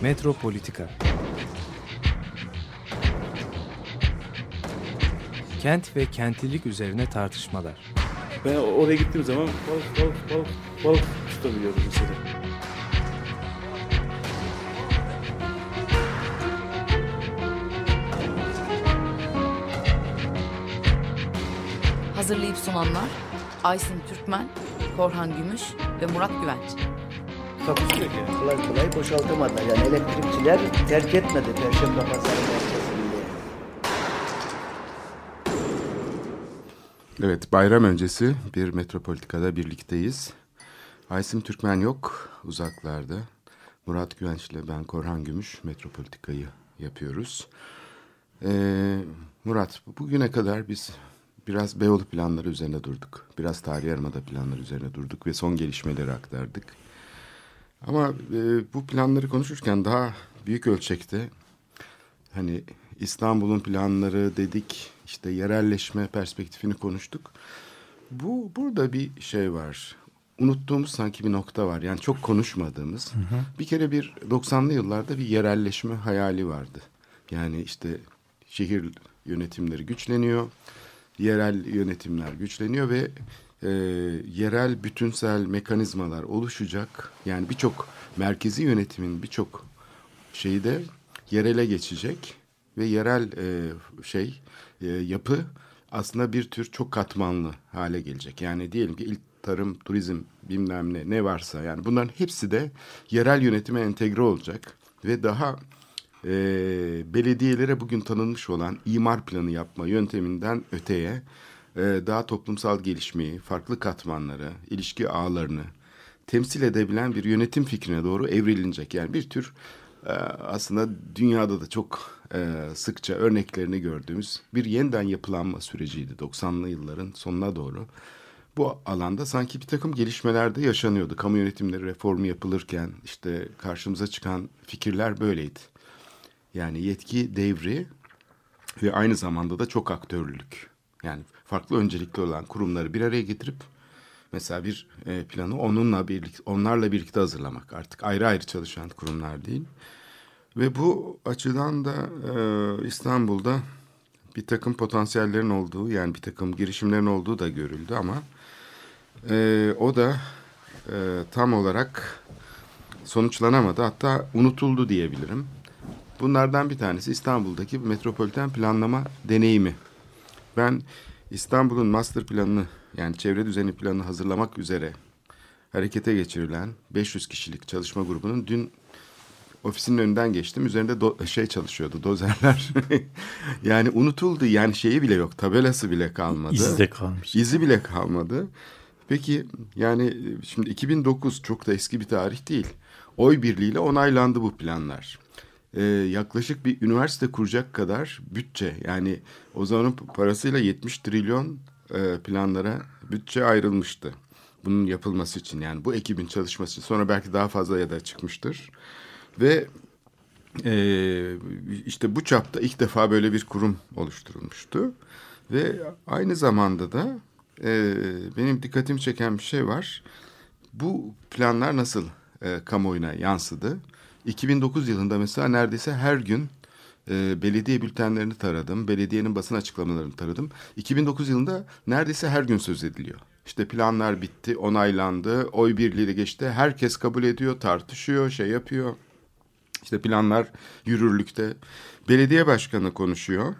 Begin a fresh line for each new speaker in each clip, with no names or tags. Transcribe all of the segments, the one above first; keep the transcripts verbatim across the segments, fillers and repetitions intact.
Metropolitika. Kent ve kentlilik üzerine tartışmalar.
Ben oraya gittiğim zaman balık balık balık balık tutabiliyorum mesela.
Hazırlayıp sunanlar Aysin Türkmen, Korhan Gümüş ve Murat Güvenç.
Takusuyor ki. Kolay kolay boşaltamadılar. Yani elektrikçiler terk etmedi Perşembe Pazarı merkezinde.
Evet, bayram öncesi bir Metropolitika'da birlikteyiz. Aysim Türkmen yok, uzaklarda. Murat Güvenç ile ben Korhan Gümüş Metropolitika'yı yapıyoruz. Ee, Murat, bugüne kadar biz biraz Beyoğlu planları üzerine durduk. Biraz Tarihi Yarımada planları üzerine durduk ve son gelişmeleri aktardık. Ama e, bu planları konuşurken daha büyük ölçekte hani İstanbul'un planları dedik, işte yerelleşme perspektifini konuştuk. Bu burada bir şey var. Unuttuğumuz sanki bir nokta var. Yani çok konuşmadığımız. Hı hı. Bir kere bir doksanlı yıllarda bir yerelleşme hayali vardı. Yani işte şehir yönetimleri güçleniyor, yerel yönetimler güçleniyor ve e, yerel bütünsel mekanizmalar oluşacak. Yani birçok merkezi yönetimin birçok şeyi de yerele geçecek ve yerel e, şey e, yapı aslında bir tür çok katmanlı hale gelecek. Yani diyelim ki ilk tarım, turizm, bilmem ne ne varsa yani bunların hepsi de yerel yönetime entegre olacak ve daha e, belediyelere bugün tanınmış olan imar planı yapma yönteminden öteye e, daha toplumsal gelişmeyi, farklı katmanları, ilişki ağlarını temsil edebilen bir yönetim fikrine doğru evrilinecek. Yani bir tür e, aslında dünyada da çok e, sıkça örneklerini gördüğümüz bir yeniden yapılanma süreciydi doksanlı yılların sonuna doğru. Bu alanda sanki bir takım gelişmeler de yaşanıyordu. Kamu yönetimleri reformu yapılırken işte karşımıza çıkan fikirler böyleydi. Yani yetki devri ve aynı zamanda da çok aktörlülük. Yani farklı öncelikli olan kurumları bir araya getirip mesela bir e, planı onunla birlikte, onlarla birlikte hazırlamak. Artık ayrı ayrı çalışan kurumlar değil. Ve bu açıdan da e, İstanbul'da bir takım potansiyellerin olduğu, yani bir takım girişimlerin olduğu da görüldü ama e, o da e, tam olarak sonuçlanamadı. Hatta unutuldu diyebilirim. Bunlardan bir tanesi İstanbul'daki metropoliten planlama deneyimi. Ben İstanbul'un master planını, yani çevre düzeni planını hazırlamak üzere harekete geçirilen beş yüz kişilik çalışma grubunun dün ofisinin önünden geçtim. Üzerinde do- şey çalışıyordu, dozerler. Yani unutuldu, yani şeyi bile yok, tabelası bile kalmadı.
İzi de kalmış.
İzi bile kalmadı. Peki yani şimdi iki bin dokuz çok da eski bir tarih değil. Oy birliğiyle onaylandı bu planlar. Ee, yaklaşık bir üniversite kuracak kadar bütçe, yani o zamanın parasıyla yetmiş trilyon e, planlara bütçe ayrılmıştı. Bunun yapılması için, yani bu ekibin çalışması için, sonra belki daha fazla ya da çıkmıştır. Ve e, işte bu çapta ilk defa böyle bir kurum oluşturulmuştu. Ve aynı zamanda da e, benim dikkatimi çeken bir şey var. Bu planlar nasıl e, kamuoyuna yansıdı? iki bin dokuz yılında mesela neredeyse her gün e, belediye bültenlerini taradım. Belediyenin basın açıklamalarını taradım. iki bin dokuz yılında neredeyse her gün söz ediliyor. İşte planlar bitti, onaylandı, oy birliğiyle geçti. Herkes kabul ediyor, tartışıyor, şey yapıyor. İşte planlar yürürlükte. Belediye başkanı konuşuyor.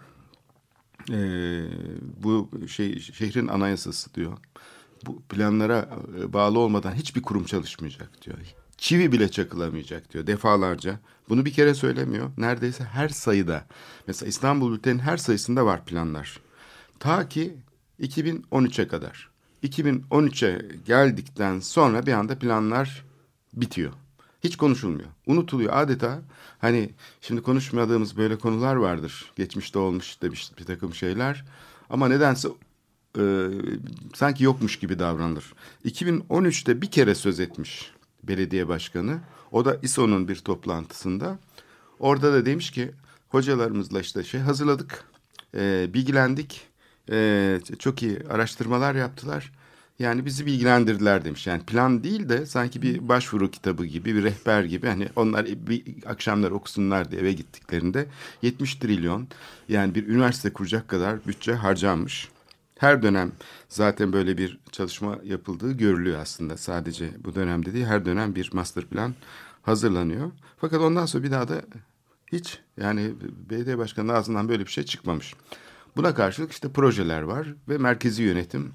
Ee, bu şey şehrin anayasası diyor. Bu planlara bağlı olmadan hiçbir kurum çalışmayacak diyor. Çivi bile çakılamayacak diyor defalarca. Bunu bir kere söylemiyor. Neredeyse her sayıda. Mesela İstanbul Bülteni'nin her sayısında var planlar. Ta ki iki bin on üçe kadar. iki bin on üçe geldikten sonra bir anda planlar bitiyor. Hiç konuşulmuyor. Unutuluyor adeta. Hani şimdi konuşmadığımız böyle konular vardır. Geçmişte olmuş işte bir, bir takım şeyler. Ama nedense e, sanki yokmuş gibi davranılır. iki bin on üçte bir kere söz etmiş belediye başkanı. O da İSO'nun bir toplantısında. Orada da demiş ki hocalarımızla işte şey hazırladık. E, bilgilendik. E, çok iyi araştırmalar yaptılar. Yani bizi bilgilendirdiler demiş. Yani plan değil de sanki bir başvuru kitabı gibi, bir rehber gibi. Hani onlar bir akşamlar okusunlar diye eve gittiklerinde yetmiş trilyon, yani bir üniversite kuracak kadar bütçe harcanmış. Her dönem zaten böyle bir çalışma yapıldığı görülüyor aslında. Sadece bu dönemde değil, her dönem bir master plan hazırlanıyor. Fakat ondan sonra bir daha da hiç, yani belediye başkanının ağzından böyle bir şey çıkmamış. Buna karşılık işte projeler var ve merkezi yönetim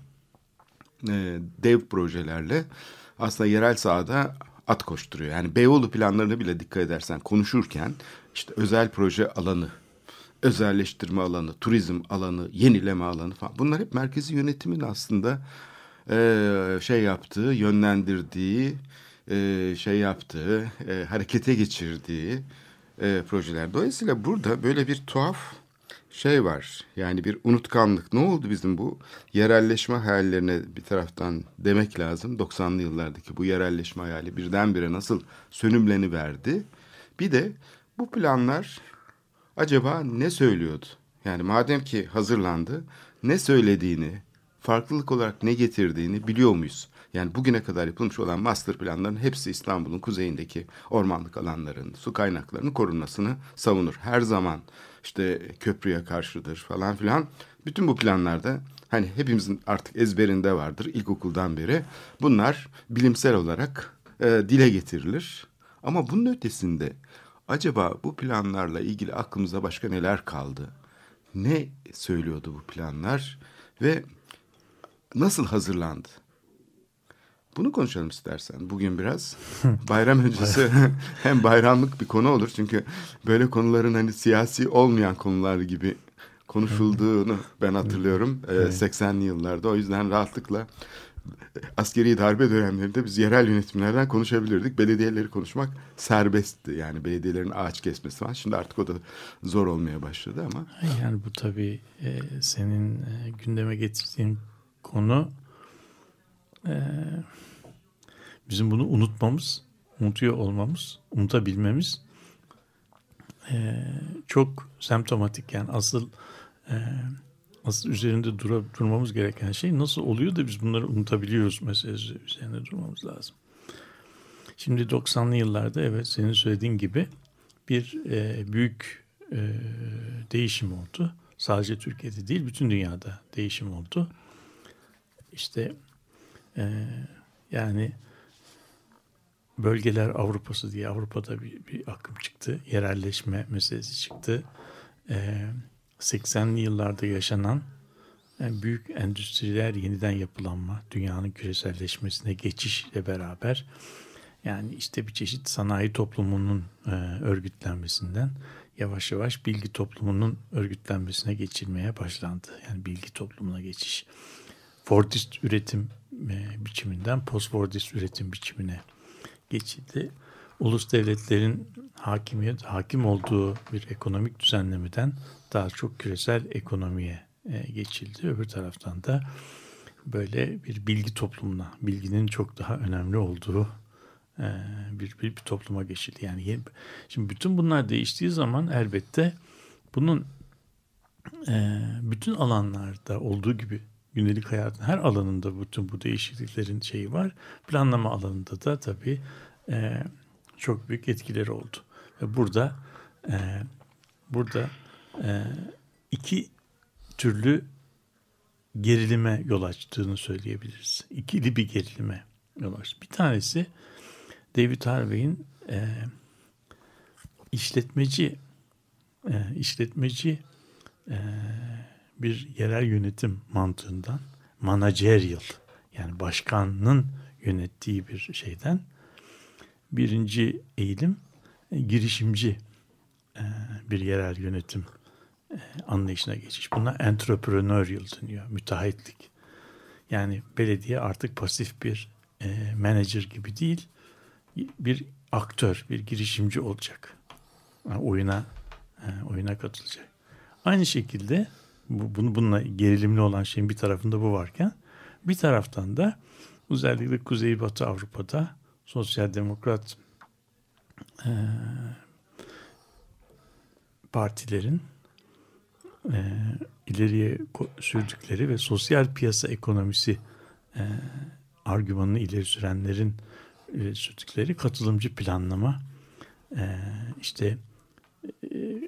e, dev projelerle aslında yerel sahada at koşturuyor. Yani Beyoğlu planlarını bile dikkat edersen konuşurken işte özel proje alanı, özelleştirme alanı, turizm alanı, yenileme alanı falan. Bunlar hep merkezi yönetimin aslında e, şey yaptığı, yönlendirdiği, e, şey yaptığı, e, harekete geçirdiği e, projeler. Dolayısıyla burada böyle bir tuhaf şey var. Yani bir unutkanlık. Ne oldu bizim bu yerelleşme hayallerine bir taraftan demek lazım. doksanlı yıllardaki bu yerelleşme hayali birdenbire nasıl sönümleniverdi? Bir de bu planlar acaba ne söylüyordu? Yani madem ki hazırlandı, ne söylediğini, farklılık olarak ne getirdiğini biliyor muyuz? Yani bugüne kadar yapılmış olan master planların hepsi İstanbul'un kuzeyindeki ormanlık alanların, su kaynaklarının korunmasını savunur. Her zaman işte köprüye karşıdır falan filan. Bütün bu planlarda hani hepimizin artık ezberinde vardır ilkokuldan beri. Bunlar bilimsel olarak e, dile getirilir. Ama bunun ötesinde acaba bu planlarla ilgili aklımıza başka neler kaldı? Ne söylüyordu bu planlar ve nasıl hazırlandı? Bunu konuşalım istersen bugün biraz. Bayram öncesi hem bayramlık bir konu olur. Çünkü böyle konuların hani siyasi olmayan konular gibi konuşulduğunu ben hatırlıyorum. Evet. seksenli yıllarda. O yüzden rahatlıkla askeri darbe dönemlerinde biz yerel yönetimlerden konuşabilirdik. Belediyeleri konuşmak serbestti. Yani belediyelerin ağaç kesmesi falan. Şimdi artık o da zor olmaya başladı ama.
Yani bu tabii e, senin e, gündeme getirdiğin konu e, bizim bunu unutmamız, unutuyor olmamız, unutabilmemiz e, çok semptomatik. Yani asıl e, asıl üzerinde dura, durmamız gereken şey nasıl oluyor da biz bunları unutabiliyoruz meselesi üzerinde durmamız lazım. Şimdi doksanlı yıllarda evet senin söylediğin gibi bir e, büyük e, değişim oldu. Sadece Türkiye'de değil bütün dünyada değişim oldu. İşte e, yani bölgeler Avrupası diye Avrupa'da bir, bir akım çıktı. Yerelleşme meselesi çıktı. Ee, seksenli yıllarda yaşanan yani büyük endüstriler yeniden yapılanma, dünyanın küreselleşmesine geçişle beraber yani işte bir çeşit sanayi toplumunun e, örgütlenmesinden yavaş yavaş bilgi toplumunun örgütlenmesine geçilmeye başlandı. Yani bilgi toplumuna geçiş. Fordist üretim e, biçiminden post-Fordist üretim biçimine geçildi. Ulus devletlerin hakimiyet, hakim olduğu bir ekonomik düzenlemeden daha çok küresel ekonomiye e, geçildi. Öbür taraftan da böyle bir bilgi toplumuna, bilginin çok daha önemli olduğu e, bir, bir, bir topluma geçildi. Yani yeni, şimdi bütün bunlar değiştiği zaman elbette bunun e, bütün alanlarda olduğu gibi gündelik hayatın her alanında bütün bu değişikliklerin şeyi var. Planlama alanında da tabii e, çok büyük etkileri oldu. Ve burada e, burada e, iki türlü gerilime yol açtığını söyleyebiliriz. İkili bir gerilime yol açtı. Bir tanesi David Harvey'in e, işletmeci e, işletmeci e, bir yerel yönetim mantığından managerial yani başkanın yönettiği bir şeyden birinci eğilim e, girişimci e, bir yerel yönetim e, anlayışına geçiş. Buna entrepreneurial deniyor. Müteahhitlik. Yani belediye artık pasif bir e, manager gibi değil bir aktör, bir girişimci olacak. Yani oyuna e, oyuna katılacak. Aynı şekilde bu, bunu, bununla gerilimli olan şeyin bir tarafında bu varken bir taraftan da özellikle Kuzeybatı Avrupa'da sosyal demokrat e, partilerin e, ileriye sürdükleri ve sosyal piyasa ekonomisi e, argümanını ileri sürenlerin ileri sürdükleri katılımcı planlama, e, işte e,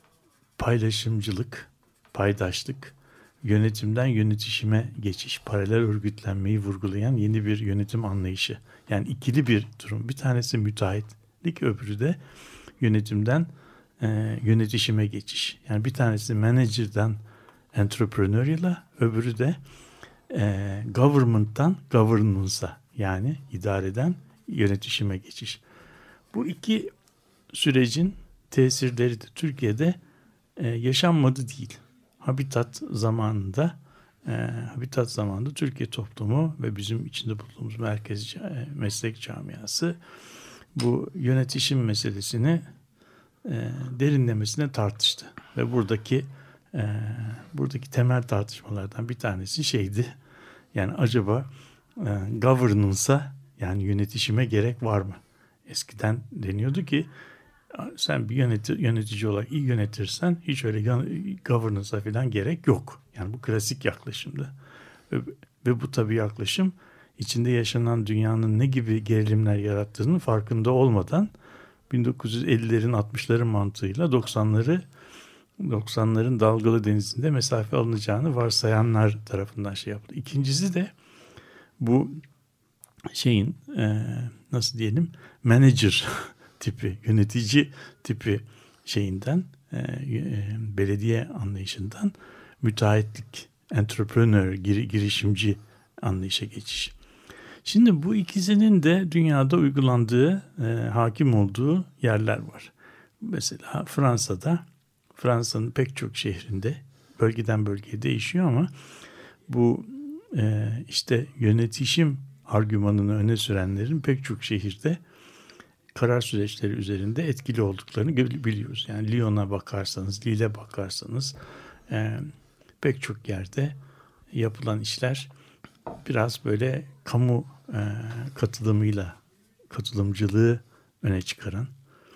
paylaşımcılık, paydaşlık, yönetimden yönetişime geçiş, paralel örgütlenmeyi vurgulayan yeni bir yönetim anlayışı. Yani ikili bir durum. Bir tanesi müteahhitlik, öbürü de yönetimden e, yönetişime geçiş. Yani bir tanesi manager'dan entrepreneurial'a, öbürü de e, government'tan governance'a, yani idareden yönetişime geçiş. Bu iki sürecin tesirleri de Türkiye'de e, yaşanmadı değil. Habitat zamanında e, Habitat zamanında Türkiye toplumu ve bizim içinde bulunduğumuz merkez e, meslek camiası bu yönetişim meselesini e, derinlemesine tartıştı ve buradaki e, buradaki temel tartışmalardan bir tanesi şeydi. Yani acaba e, governance'a, yani yönetişime gerek var mı? Eskiden deniyordu ki sen bir yönetici, yönetici olarak iyi yönetirsen hiç öyle governance'a falan gerek yok. Yani bu klasik yaklaşımdı. Ve, ve bu tabii yaklaşım içinde yaşanan dünyanın ne gibi gerilimler yarattığının farkında olmadan bin dokuz yüz ellilerin altmışların mantığıyla doksanları doksanların dalgalı denizinde mesafe alınacağını varsayanlar tarafından şey yaptı. İkincisi de bu şeyin e, nasıl diyelim manager tipi, yönetici tipi şeyinden, e, e, belediye anlayışından müteahhitlik, entrepreneur, gir, girişimci anlayışa geçiş. Şimdi bu ikisinin de dünyada uygulandığı, e, hakim olduğu yerler var. Mesela Fransa'da, Fransa'nın pek çok şehrinde, bölgeden bölgeye değişiyor ama bu e, işte yönetişim argümanını öne sürenlerin pek çok şehirde karar süreçleri üzerinde etkili olduklarını biliyoruz. Yani Lyon'a bakarsanız, Lille'e bakarsanız e, pek çok yerde yapılan işler biraz böyle kamu e, katılımıyla, katılımcılığı öne çıkaran,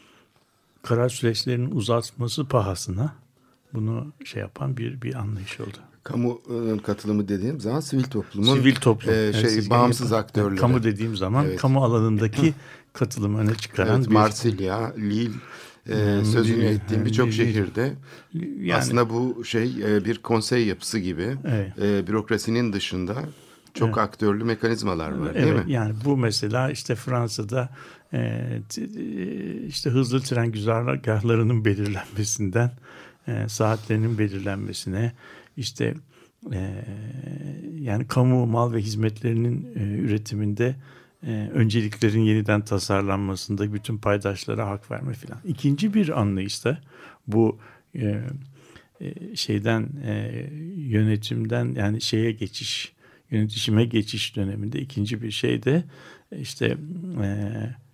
karar süreçlerinin uzatması pahasına bunu şey yapan bir bir anlayış oldu.
Kamu katılımı dediğim zaman sivil toplumun
sivil toplum,
e, şey
yani
bağımsız
yapan,
aktörleri.
Kamu dediğim zaman evet. Kamu alanındaki katılımı öne çıkaran
evet,
bir
Marsilya, Lille e, sözünü ettiğim birçok şehirde yani, aslında bu şey e, bir konsey yapısı gibi evet. e, bürokrasinin dışında çok evet. aktörlü mekanizmalar var, değil
evet,
mi?
Yani bu mesela işte Fransa'da e, işte hızlı tren güzergahlarının belirlenmesinden e, saatlerinin belirlenmesine, işte e, yani kamu mal ve hizmetlerinin e, üretiminde e, önceliklerin yeniden tasarlanmasında bütün paydaşlara hak verme filan. İkinci bir anlayışta bu e, e, şeyden e, yönetimden yani şeye geçiş, yönetişime geçiş döneminde ikinci bir şey de işte e,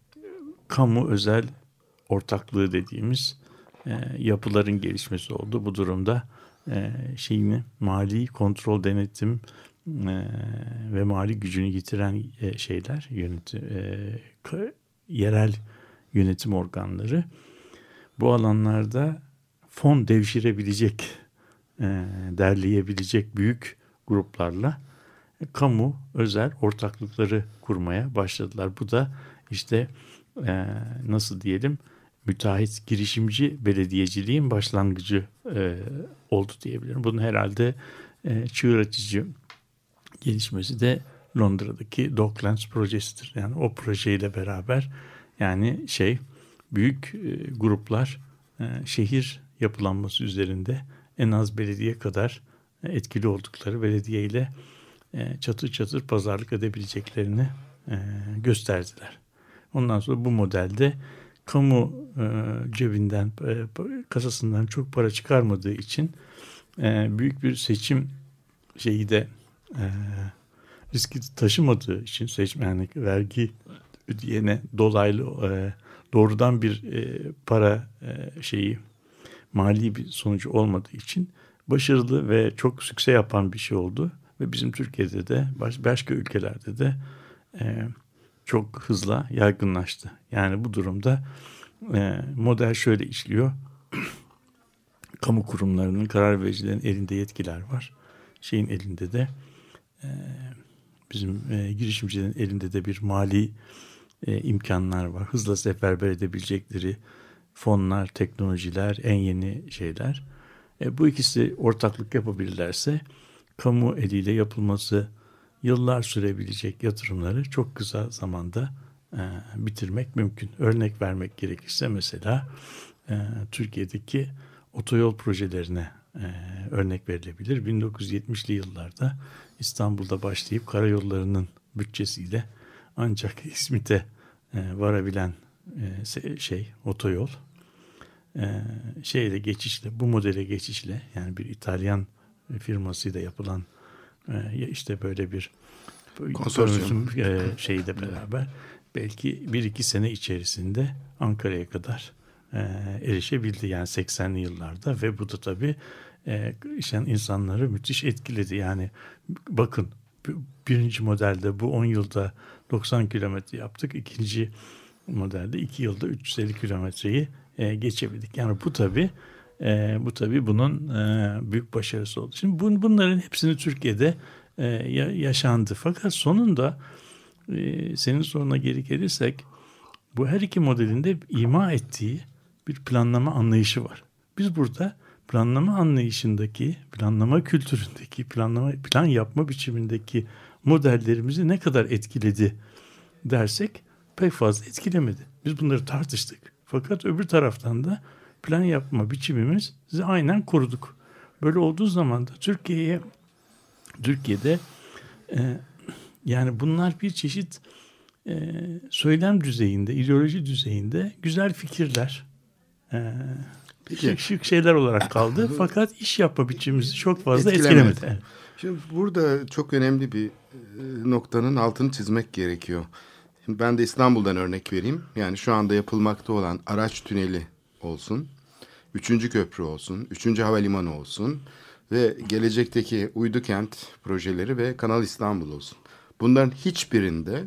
kamu özel ortaklığı dediğimiz e, yapıların gelişmesi oldu. Bu durumda e, şeyini mali kontrol, denetim e, ve mali gücünü yitiren e, şeyler, yönetim, e, yerel yönetim organları bu alanlarda fon devşirebilecek, e, derleyebilecek büyük gruplarla kamu özel ortaklıkları kurmaya başladılar. Bu da işte e, nasıl diyelim müteahhit girişimci belediyeciliğin başlangıcı e, oldu diyebilirim. Bunun herhalde e, çığır açıcı gelişmesi de Londra'daki Docklands projesidir. Yani o projeyle beraber yani şey büyük e, gruplar e, şehir yapılanması üzerinde en az belediye kadar e, etkili oldukları, belediye ile e, çatır çatır pazarlık edebileceklerini e, gösterdiler. Ondan sonra bu modelde kamu e, cebinden, e, kasasından çok para çıkarmadığı için e, büyük bir seçim şeyi de e, riski taşımadığı için seçmenlik vergi ödeyene dolaylı e, doğrudan bir e, para e, şeyi mali bir sonucu olmadığı için başarılı ve çok sükse yapan bir şey oldu ve bizim Türkiye'de de baş, başka ülkelerde de e, çok hızla yaygınlaştı. Yani bu durumda e, model şöyle işliyor. Kamu kurumlarının, karar vericilerin elinde yetkiler var. Şeyin elinde de e, bizim e, girişimcilerin elinde de bir mali e, imkanlar var. Hızla seferber edebilecekleri fonlar, teknolojiler, en yeni şeyler. E, bu ikisi ortaklık yapabilirlerse kamu eliyle yapılması yıllar sürebilecek yatırımları çok kısa zamanda e, bitirmek mümkün. Örnek vermek gerekirse mesela e, Türkiye'deki otoyol projelerine e, örnek verilebilir. bin dokuz yüz yetmişli yıllarda İstanbul'da başlayıp karayollarının bütçesiyle ancak İzmit'e e, varabilen e, şey otoyol e, şeyle geçişle bu modele geçişle yani bir İtalyan firmasıyla yapılan e, işte böyle bir
konsorsiyum
e, şeyle beraber belki bir iki sene içerisinde Ankara'ya kadar e, erişebildi yani seksenli yıllarda ve bu da tabii e, insanları müthiş etkiledi. Yani bakın birinci modelde bu on yılda doksan kilometre yaptık. İkinci modelde iki yılda üç yüz elli kilometreyi e, geçebildik. Yani bu tabii e, bu tabii bunun e, büyük başarısı oldu. Şimdi bun, bunların hepsini Türkiye'de e, yaşandı. Fakat sonunda e, senin soruna geri gelirsek bu her iki modelinde ima ettiği bir planlama anlayışı var. Biz burada planlama anlayışındaki, planlama kültüründeki, planlama plan yapma biçimindeki modellerimizi ne kadar etkiledi dersek pek fazla etkilemedi. Biz bunları tartıştık. Fakat öbür taraftan da plan yapma biçimimizi aynen koruduk. Böyle olduğu zaman da Türkiye'ye Türkiye'de e, yani bunlar bir çeşit e, söylem düzeyinde, ideoloji düzeyinde güzel fikirler. E, Şık şık şeyler olarak kaldı. Fakat iş yapma biçimimizi çok fazla etkilemedi. etkilemedi.
Şimdi burada çok önemli bir noktanın altını çizmek gerekiyor. Şimdi ben de İstanbul'dan örnek vereyim. Yani şu anda yapılmakta olan araç tüneli olsun, üçüncü köprü olsun, üçüncü havalimanı olsun ve gelecekteki uydu kent projeleri ve Kanal İstanbul olsun. Bunların hiçbirinde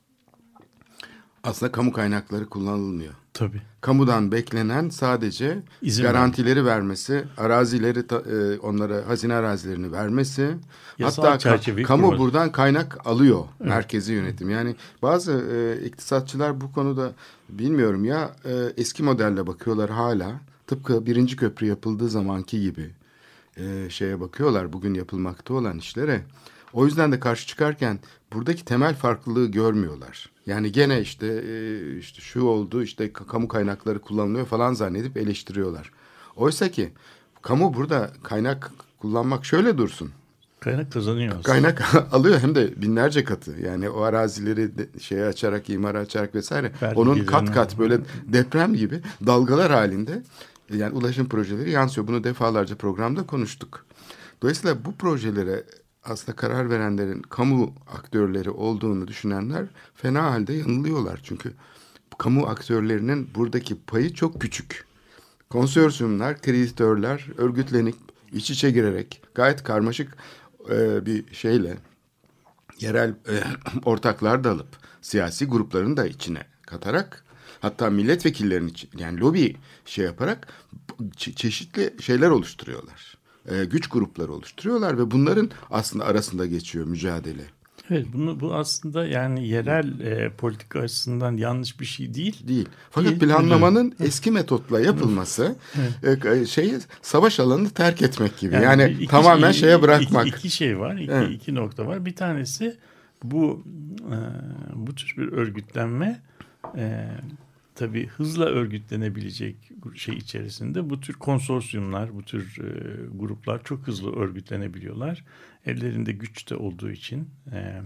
aslında kamu kaynakları kullanılmıyor.
Tabii.
Kamudan beklenen sadece İzin garantileri vermek. vermesi, arazileri e, onlara hazine arazilerini vermesi. Yasal hatta ka- kamu kurması. Buradan kaynak alıyor, evet. Merkezi yönetim. Yani bazı e, iktisatçılar bu konuda bilmiyorum ya e, eski modelle bakıyorlar hala. Tıpkı birinci köprü yapıldığı zamanki gibi e, şeye bakıyorlar bugün yapılmakta olan işlere. O yüzden de karşı çıkarken buradaki temel farklılığı görmüyorlar. Yani gene işte işte şu oldu işte kamu kaynakları kullanılıyor falan zannedip eleştiriyorlar. Oysa ki kamu burada kaynak kullanmak şöyle dursun.
Kaynak kazanıyor.
Kaynak alıyor hem de binlerce katı. Yani o arazileri şeye açarak, imara açarak vesaire. Vergi onun kat kat böyle deprem gibi dalgalar halinde yani ulaşım projeleri yansıyor. Bunu defalarca programda konuştuk. Dolayısıyla bu projelere aslında karar verenlerin kamu aktörleri olduğunu düşünenler fena halde yanılıyorlar. Çünkü kamu aktörlerinin buradaki payı çok küçük. Konsorsiyumlar, kreditörler örgütlenip iç içe girerek gayet karmaşık e, bir şeyle yerel e, ortaklar da alıp siyasi grupların da içine katarak hatta milletvekillerinin için yani lobi şey yaparak çe- çeşitli şeyler oluşturuyorlar. E, güç grupları oluşturuyorlar ve bunların aslında arasında geçiyor mücadele.
Evet, bunu bu aslında yani yerel e, politika açısından yanlış bir şey değil.
Değil. Fakat değil, planlamanın değil. Eski metotla yapılması evet. e, şeyi savaş alanını terk etmek gibi. Yani, yani iki, tamamen iki, şeye bırakmak.
İki, iki şey var, iki, evet. iki nokta var. Bir tanesi bu e, bu tür bir örgütlenme e, tabii hızla örgütlenebilecek şey içerisinde bu tür konsorsiyumlar, bu tür e, gruplar çok hızlı örgütlenebiliyorlar. Ellerinde güç de olduğu için e,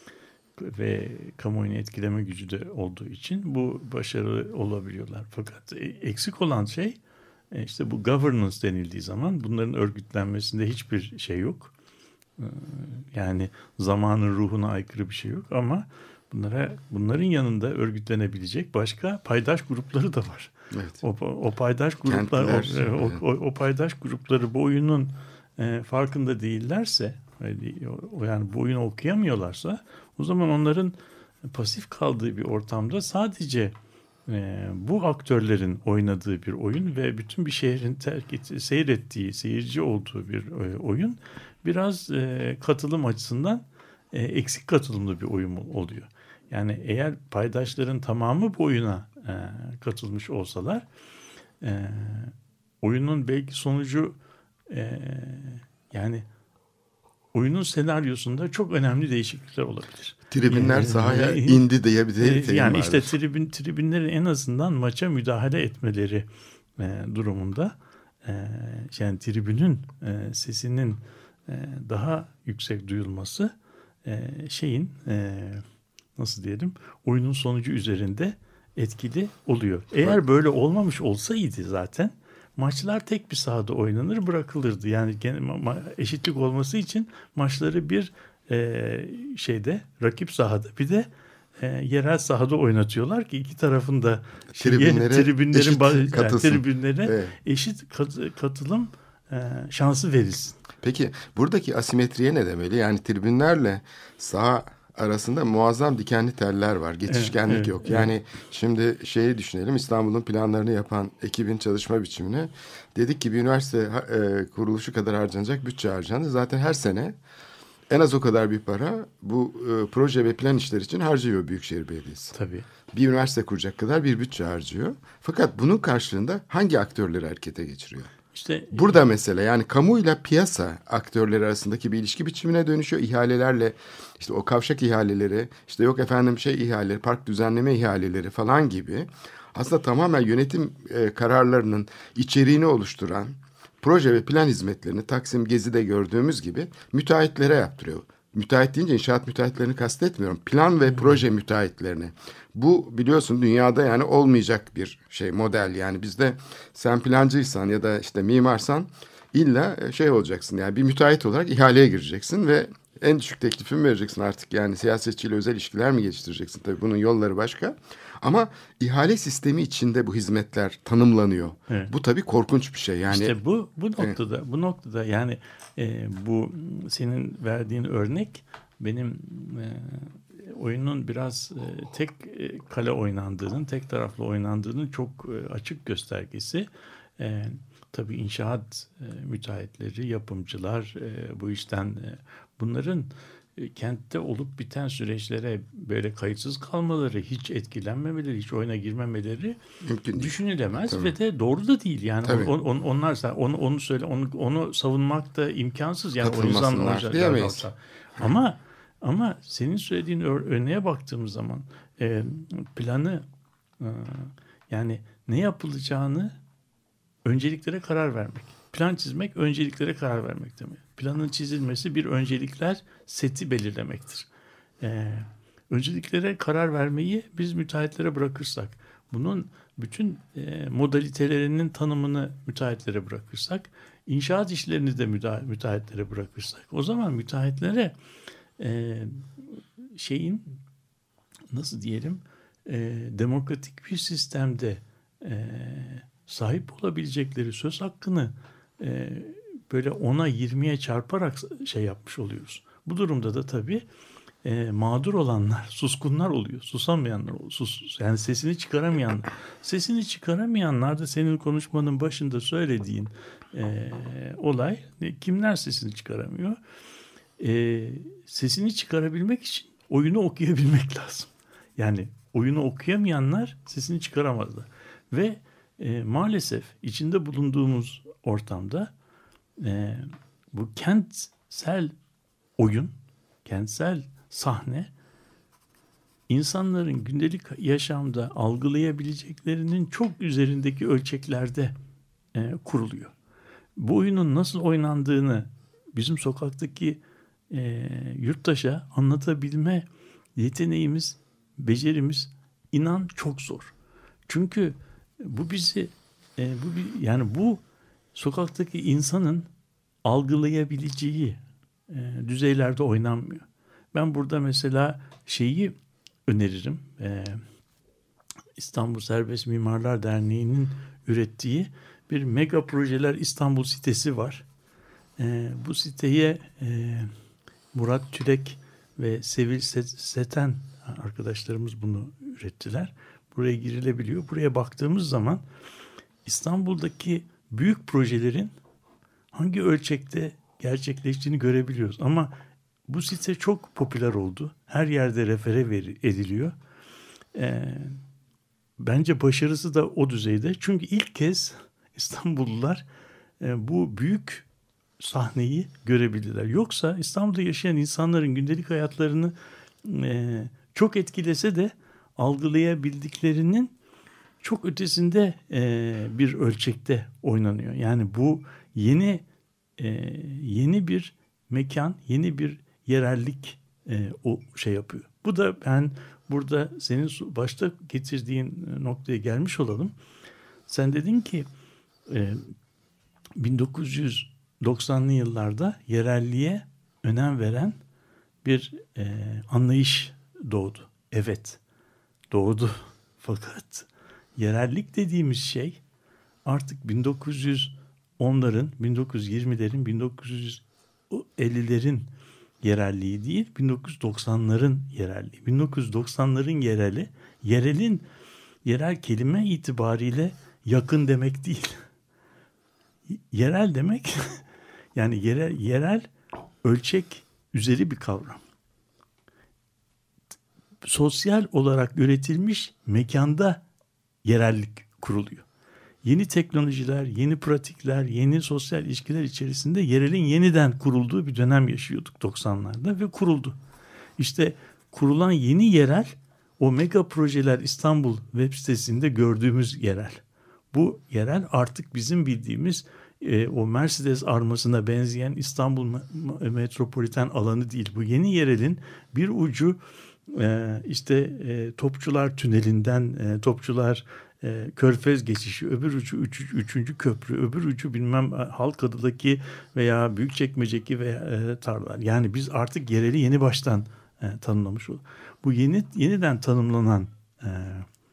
ve kamuoyunu etkileme gücü de olduğu için bu başarılı olabiliyorlar. Fakat e, eksik olan şey e, işte bu governance denildiği zaman bunların örgütlenmesinde hiçbir şey yok. E, yani zamanın ruhuna aykırı bir şey yok ama bunlara bunların yanında örgütlenebilecek başka paydaş grupları da var. Evet. O, o paydaş gruplar o, o, o, o paydaş grupları bu oyunun e, farkında değillerse o, yani bu oyunu okuyamıyorlarsa o zaman onların pasif kaldığı bir ortamda sadece e, bu aktörlerin oynadığı bir oyun ve bütün bir şehrin terk et, seyrettiği, seyirci olduğu bir e, oyun biraz e, katılım açısından e, eksik katılımlı bir oyun oluyor. Yani eğer paydaşların tamamı bu oyuna e, katılmış olsalar e, oyunun belki sonucu e, yani oyunun senaryosunda çok önemli değişiklikler olabilir.
Tribünler
Ee,
sahaya
e,
indi diye bir de
e, yani işte tribün tribünlerin en azından maça müdahale etmeleri e, durumunda e, yani tribünün e, sesinin e, daha yüksek duyulması e, şeyin e, nasıl diyelim oyunun sonucu üzerinde etkili oluyor. Eğer böyle olmamış olsaydı zaten maçlar tek bir sahada oynanır bırakılırdı. Yani eşitlik olması için maçları bir e, şeyde rakip sahada bir de e, yerel sahada oynatıyorlar ki iki tarafında
tribünlere
tribünlerin
eşit
yani,
katılsın.
tribünlere
Evet.
eşit kat, katılım e, şansı verilsin.
Peki buradaki asimetriye ne demeli? Yani tribünlerle saha arasında muazzam dikenli teller var. Geçişkenlik
evet,
yok.
evet,
Yani
evet.
şimdi şeyi düşünelim. İstanbul'un planlarını yapan ekibin çalışma biçimine. Dedik ki bir üniversite e, kuruluşu kadar harcanacak bütçe harcandı. Zaten her sene en az o kadar bir para bu e, proje ve plan işleri için harcıyor Büyükşehir Belediyesi.
Tabii.
Bir üniversite kuracak kadar bir bütçe harcıyor. Fakat bunun karşılığında hangi aktörleri harekete geçiriyor?
İşte
burada mesele yani kamuyla piyasa aktörleri arasındaki bir ilişki biçimine dönüşüyor. İhalelerle işte o kavşak ihaleleri, işte yok efendim şey ihaleleri, park düzenleme ihaleleri falan gibi aslında tamamen yönetim e, kararlarının içeriğini oluşturan proje ve plan hizmetlerini Taksim Gezi'de gördüğümüz gibi müteahhitlere yaptırıyor. Müteahhit deyince inşaat müteahhitlerini kastetmiyorum. Plan ve proje müteahhitlerini. Bu biliyorsun dünyada yani olmayacak bir şey model. Yani bizde sen plancıysan ya da işte mimarsan illa şey olacaksın. Yani bir müteahhit olarak ihaleye gireceksin ve en düşük teklifimi vereceksin artık. Yani siyasetçiyle özel ilişkiler mi geliştireceksin? Tabii bunun yolları başka. Ama ihale sistemi içinde bu hizmetler tanımlanıyor. Evet. Bu tabii korkunç bir şey. Yani
İşte bu bu noktada evet. bu noktada yani e, bu senin verdiğin örnek benim e, oyunun biraz e, tek e, kale oynandığının, tek taraflı oynandığının çok e, açık göstergesi. E, tabii inşaat e, müteahhitleri, yapımcılar e, bu işten e, bunların kentte olup biten süreçlere böyle kayıtsız kalmaları, hiç etkilenmemeleri, hiç oyuna girmemeleri mümkün düşünülemez tabii. Ve de doğru da değil. Yani on, on, onlar onu onu söyle onu onu savunmak da imkansız. Yani o yüzden
diyemeyiz.
Ama ama senin söylediğin örneğe baktığımız zaman e, planı e, yani ne yapılacağını önceliklere karar vermek. Plan çizmek, önceliklere karar vermek demek. Planın çizilmesi bir öncelikler seti belirlemektir. Ee, önceliklere karar vermeyi biz müteahhitlere bırakırsak, bunun bütün e, modalitelerinin tanımını müteahhitlere bırakırsak, inşaat işlerini de müteahhitlere bırakırsak, o zaman müteahhitlere e, şeyin nasıl diyelim e, demokratik bir sistemde e, sahip olabilecekleri söz hakkını e, böyle ona yirmiye çarparak şey yapmış oluyoruz. Bu durumda da tabii e, mağdur olanlar, suskunlar oluyor. Susamayanlar oluyor. Sus, yani sesini çıkaramayanlar. Sesini çıkaramayanlar da senin konuşmanın başında söylediğin e, olay. Kimler sesini çıkaramıyor? E, sesini çıkarabilmek için oyunu okuyabilmek lazım. Yani oyunu okuyamayanlar sesini çıkaramazlar. Ve e, maalesef içinde bulunduğumuz ortamda e, bu kentsel oyun, kentsel sahne insanların gündelik yaşamda algılayabileceklerinin çok üzerindeki ölçeklerde e, kuruluyor. Bu oyunun nasıl oynandığını bizim sokaktaki e, yurttaşa anlatabilme yeteneğimiz, becerimiz inan çok zor. Çünkü bu bizi e, bu yani bu sokaktaki insanın algılayabileceği e, düzeylerde oynanmıyor. Ben burada mesela şeyi öneririm. E, İstanbul Serbest Mimarlar Derneği'nin ürettiği bir mega projeler İstanbul sitesi var. E, bu siteye e, Murat Tülek ve Sevil Seten arkadaşlarımız bunu ürettiler. Buraya girilebiliyor. Buraya baktığımız zaman İstanbul'daki büyük projelerin hangi ölçekte gerçekleştiğini görebiliyoruz. Ama Bu site çok popüler oldu. Her yerde refere ver, ediliyor. Ee, bence başarısı da o düzeyde. Çünkü ilk kez İstanbullular e, bu büyük sahneyi görebildiler. Yoksa İstanbul'da yaşayan insanların gündelik hayatlarını e, çok etkilese de algılayabildiklerinin çok ötesinde e, bir ölçekte oynanıyor. Yani bu yeni e, yeni bir mekan, yeni bir yerellik e, o şey yapıyor. Bu da ben burada senin başta getirdiğin noktaya gelmiş olalım. Sen dedin ki e, bin dokuz yüz doksanlı yıllarda yerelliğe önem veren bir e, anlayış doğdu. Evet, doğdu. Fakat yerellik dediğimiz şey artık bin dokuz yüz onların, bin dokuz yüz yirmilerin, bin dokuz yüz ellilerin yerelliği değil, bin dokuz yüz doksanların yerelliği. bin dokuz yüz doksanların yereli, yerelin yerel kelime itibariyle yakın demek değil. Yerel demek yani yerel, yerel ölçek üzeri bir kavram. Sosyal olarak üretilmiş mekanda yerellik kuruluyor. Yeni teknolojiler, yeni pratikler, yeni sosyal ilişkiler içerisinde yerelin yeniden kurulduğu bir dönem yaşıyorduk doksanlarda ve kuruldu. İşte kurulan yeni yerel o mega projeler İstanbul web sitesinde gördüğümüz yerel. Bu yerel artık bizim bildiğimiz e, o Mercedes armasına benzeyen İstanbul metropoliten alanı değil. Bu yeni yerelin bir ucu e, işte e, Topçular Tüneli'nden e, Topçular e, Körfez geçişi, öbür ucu üç, üçüncü köprü, öbür ucu bilmem Halkalı'daki veya Büyükçekmece'deki veya e, tarlalar. Yani biz artık yereli yeni baştan e, tanımlamış olduk. Bu yeni yeniden tanımlanan e, e,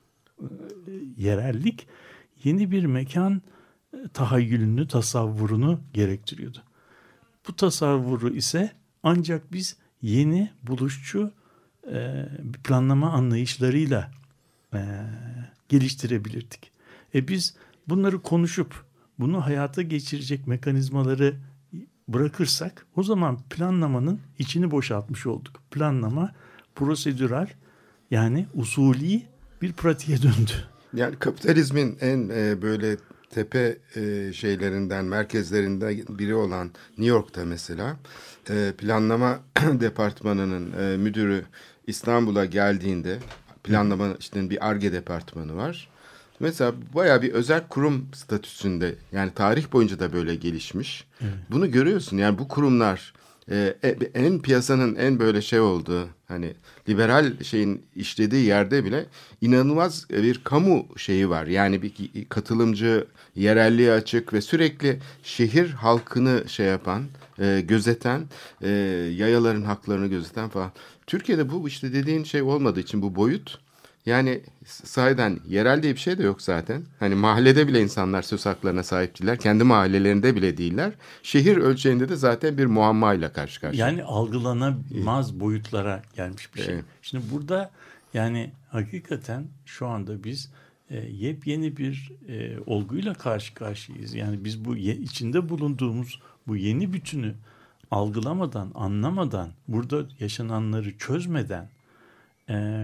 yerellik yeni bir mekan tahayyülünü, tasavvurunu gerektiriyordu. Bu tasavvuru ise ancak biz yeni buluşçu e, planlama anlayışlarıyla e, geliştirebilirdik. E biz bunları konuşup bunu hayata geçirecek mekanizmaları bırakırsak o zaman planlamanın içini boşaltmış olduk. Planlama prosedürel yani usulî bir pratiğe döndü.
Yani kapitalizmin en e, böyle tepe e, şeylerinden, merkezlerinden biri olan New York'ta mesela e, planlama departmanının e, müdürü İstanbul'a geldiğinde planlama işte bir Ar-Ge departmanı var. Mesela bayağı bir özel kurum statüsünde yani tarih boyunca da böyle gelişmiş. Evet. Bunu görüyorsun yani bu kurumlar e, en piyasanın en böyle şey olduğu hani liberal şeyin işlediği yerde bile inanılmaz bir kamu şeyi var. Yani bir katılımcı, yerelliğe açık ve sürekli şehir halkını şey yapan, e, gözeten, e, yayaların haklarını gözeten falan. Türkiye'de bu işte dediğin şey olmadığı için bu boyut yani sahiden yerel diye bir şey de yok zaten. Hani mahallede bile insanlar söz haklarına sahip değiller. Kendi mahallelerinde bile değiller. Şehir ölçeğinde de zaten bir muammayla karşı karşıya.
Yani algılanamaz evet. boyutlara gelmiş bir şey. Evet. Şimdi burada yani hakikaten şu anda biz e, yepyeni bir e, olguyla karşı karşıyayız. Yani biz bu ye, içinde bulunduğumuz bu yeni bütünü algılamadan, anlamadan, burada yaşananları çözmeden e,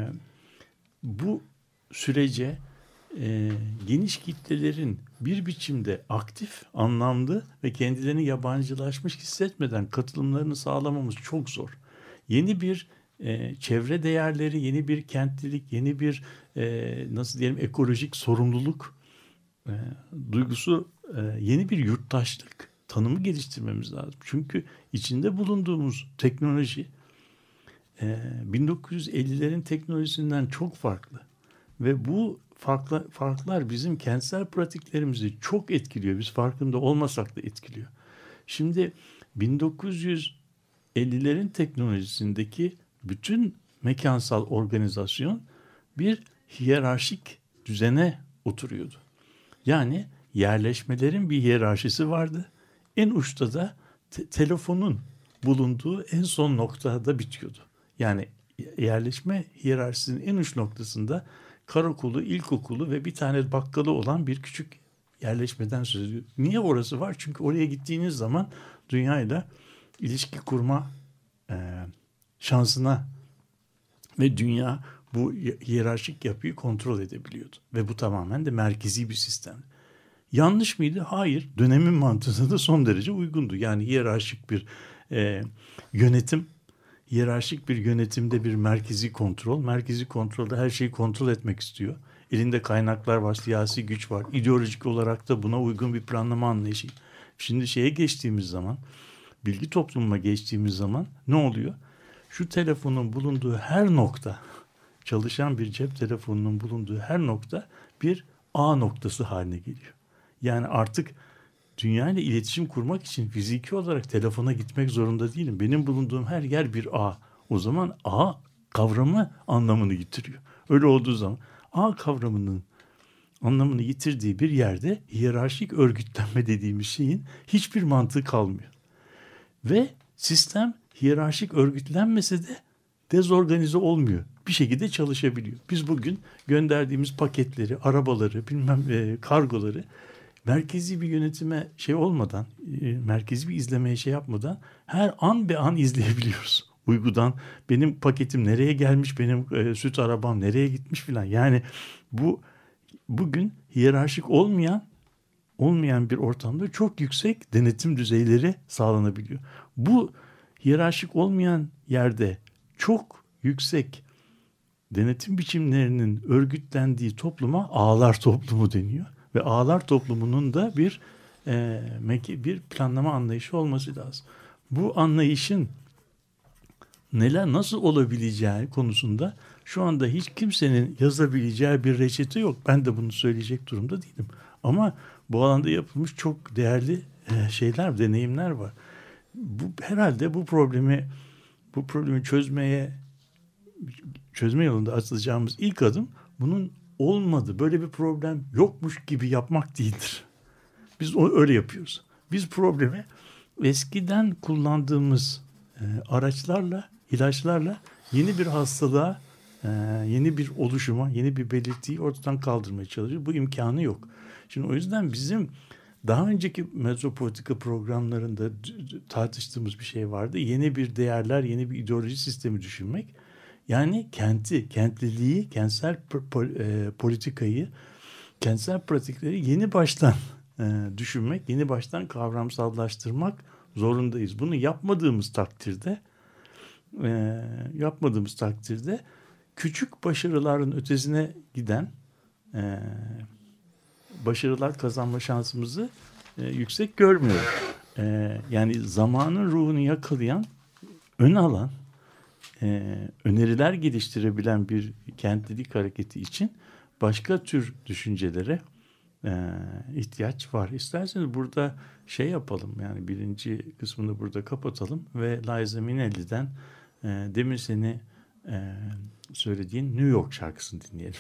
bu sürece e, geniş kitlelerin bir biçimde aktif, anlamlı ve kendilerini yabancılaşmış hissetmeden katılımlarını sağlamamız çok zor. Yeni bir e, çevre değerleri, yeni bir kentlilik, yeni bir e, nasıl diyelim ekolojik sorumluluk e, duygusu, e, yeni bir yurttaşlık tanımı geliştirmemiz lazım. Çünkü içinde bulunduğumuz teknoloji bin dokuz yüz ellilerin teknolojisinden çok farklı ve bu farklı, farklar bizim kentsel pratiklerimizi çok etkiliyor. Biz farkında olmasak da etkiliyor. Şimdi bin dokuz yüz ellilerin teknolojisindeki bütün mekansal organizasyon bir hiyerarşik düzene oturuyordu. Yani yerleşmelerin bir hiyerarşisi vardı. En uçta da te- telefonun bulunduğu en son noktada bitiyordu. Yani yerleşme hiyerarşisinin en uç noktasında karakolu, ilkokulu ve bir tane bakkalı olan bir küçük yerleşmeden söz ediyor. Niye orası var? Çünkü oraya gittiğiniz zaman dünyayla ilişki kurma e, şansına ve dünya bu hiyerarşik yapıyı kontrol edebiliyordu. Ve bu tamamen de merkezi bir sistem. Yanlış mıydı? Hayır. Dönemin mantığına da son derece uygundu. Yani hiyerarşik bir e, yönetim, hiyerarşik bir yönetimde bir merkezi kontrol. Merkezi kontrolde her şeyi kontrol etmek istiyor. Elinde kaynaklar var, siyasi güç var. İdeolojik olarak da buna uygun bir planlama anlayışı. Şimdi şeye geçtiğimiz zaman, bilgi toplumuna geçtiğimiz zaman ne oluyor? Şu telefonun bulunduğu her nokta, çalışan bir cep telefonunun bulunduğu her nokta bir ağ noktası haline geliyor. Yani artık dünya ile iletişim kurmak için fiziki olarak telefona gitmek zorunda değilim. Benim bulunduğum her yer bir ağ. O zaman ağ kavramı anlamını yitiriyor. Öyle olduğu zaman ağ kavramının anlamını yitirdiği bir yerde hiyerarşik örgütlenme dediğimiz şeyin hiçbir mantığı kalmıyor. Ve sistem hiyerarşik örgütlenmese de dezorganize olmuyor. Bir şekilde çalışabiliyor. Biz bugün gönderdiğimiz paketleri, arabaları, bilmem e, kargoları merkezi bir yönetime şey olmadan, e, merkezi bir izlemeye şey yapmadan her an be an izleyebiliyoruz. Uygudan benim paketim nereye gelmiş, benim e, süt arabam nereye gitmiş filan. Yani bu bugün hiyerarşik olmayan olmayan bir ortamda çok yüksek denetim düzeyleri sağlanabiliyor. Bu hiyerarşik olmayan yerde çok yüksek denetim biçimlerinin örgütlendiği topluma ağlar toplumu deniyor. Ve ağlar toplumunun da bir e, bir planlama anlayışı olması lazım. Bu anlayışın neler nasıl olabileceği konusunda şu anda hiç kimsenin yazabileceği bir reçete yok. Ben de bunu söyleyecek durumda değilim. Ama bu alanda yapılmış çok değerli e, şeyler, deneyimler var. Bu herhalde bu problemi bu problemi çözmeye çözme yolunda atılacağımız ilk adım bunun olmadı, böyle bir problem yokmuş gibi yapmak değildir. Biz onu öyle yapıyoruz. Biz problemi eskiden kullandığımız e, araçlarla, ilaçlarla yeni bir hastalığa, e, yeni bir oluşuma, yeni bir belirtiyi ortadan kaldırmaya çalışıyoruz. Bu imkanı yok. Şimdi o yüzden bizim daha önceki metropolitika programlarında tartıştığımız bir şey vardı. Yeni bir değerler, yeni bir ideoloji sistemi düşünmek. Yani kenti, kentliliği, kentsel politikayı, kentsel pratikleri yeni baştan düşünmek, yeni baştan kavramsallaştırmak zorundayız. Bunu yapmadığımız takdirde, yapmadığımız takdirde küçük başarıların ötesine giden başarılar kazanma şansımızı yüksek görmüyoruz. Yani zamanın ruhunu yakalayan, ön alan, Ee, öneriler geliştirebilen bir kentlilik hareketi için başka tür düşüncelere e, ihtiyaç var. İsterseniz burada şey yapalım, yani birinci kısmını burada kapatalım ve Liza Minnelli'den e, demin seni e, söylediğin New York şarkısını dinleyelim.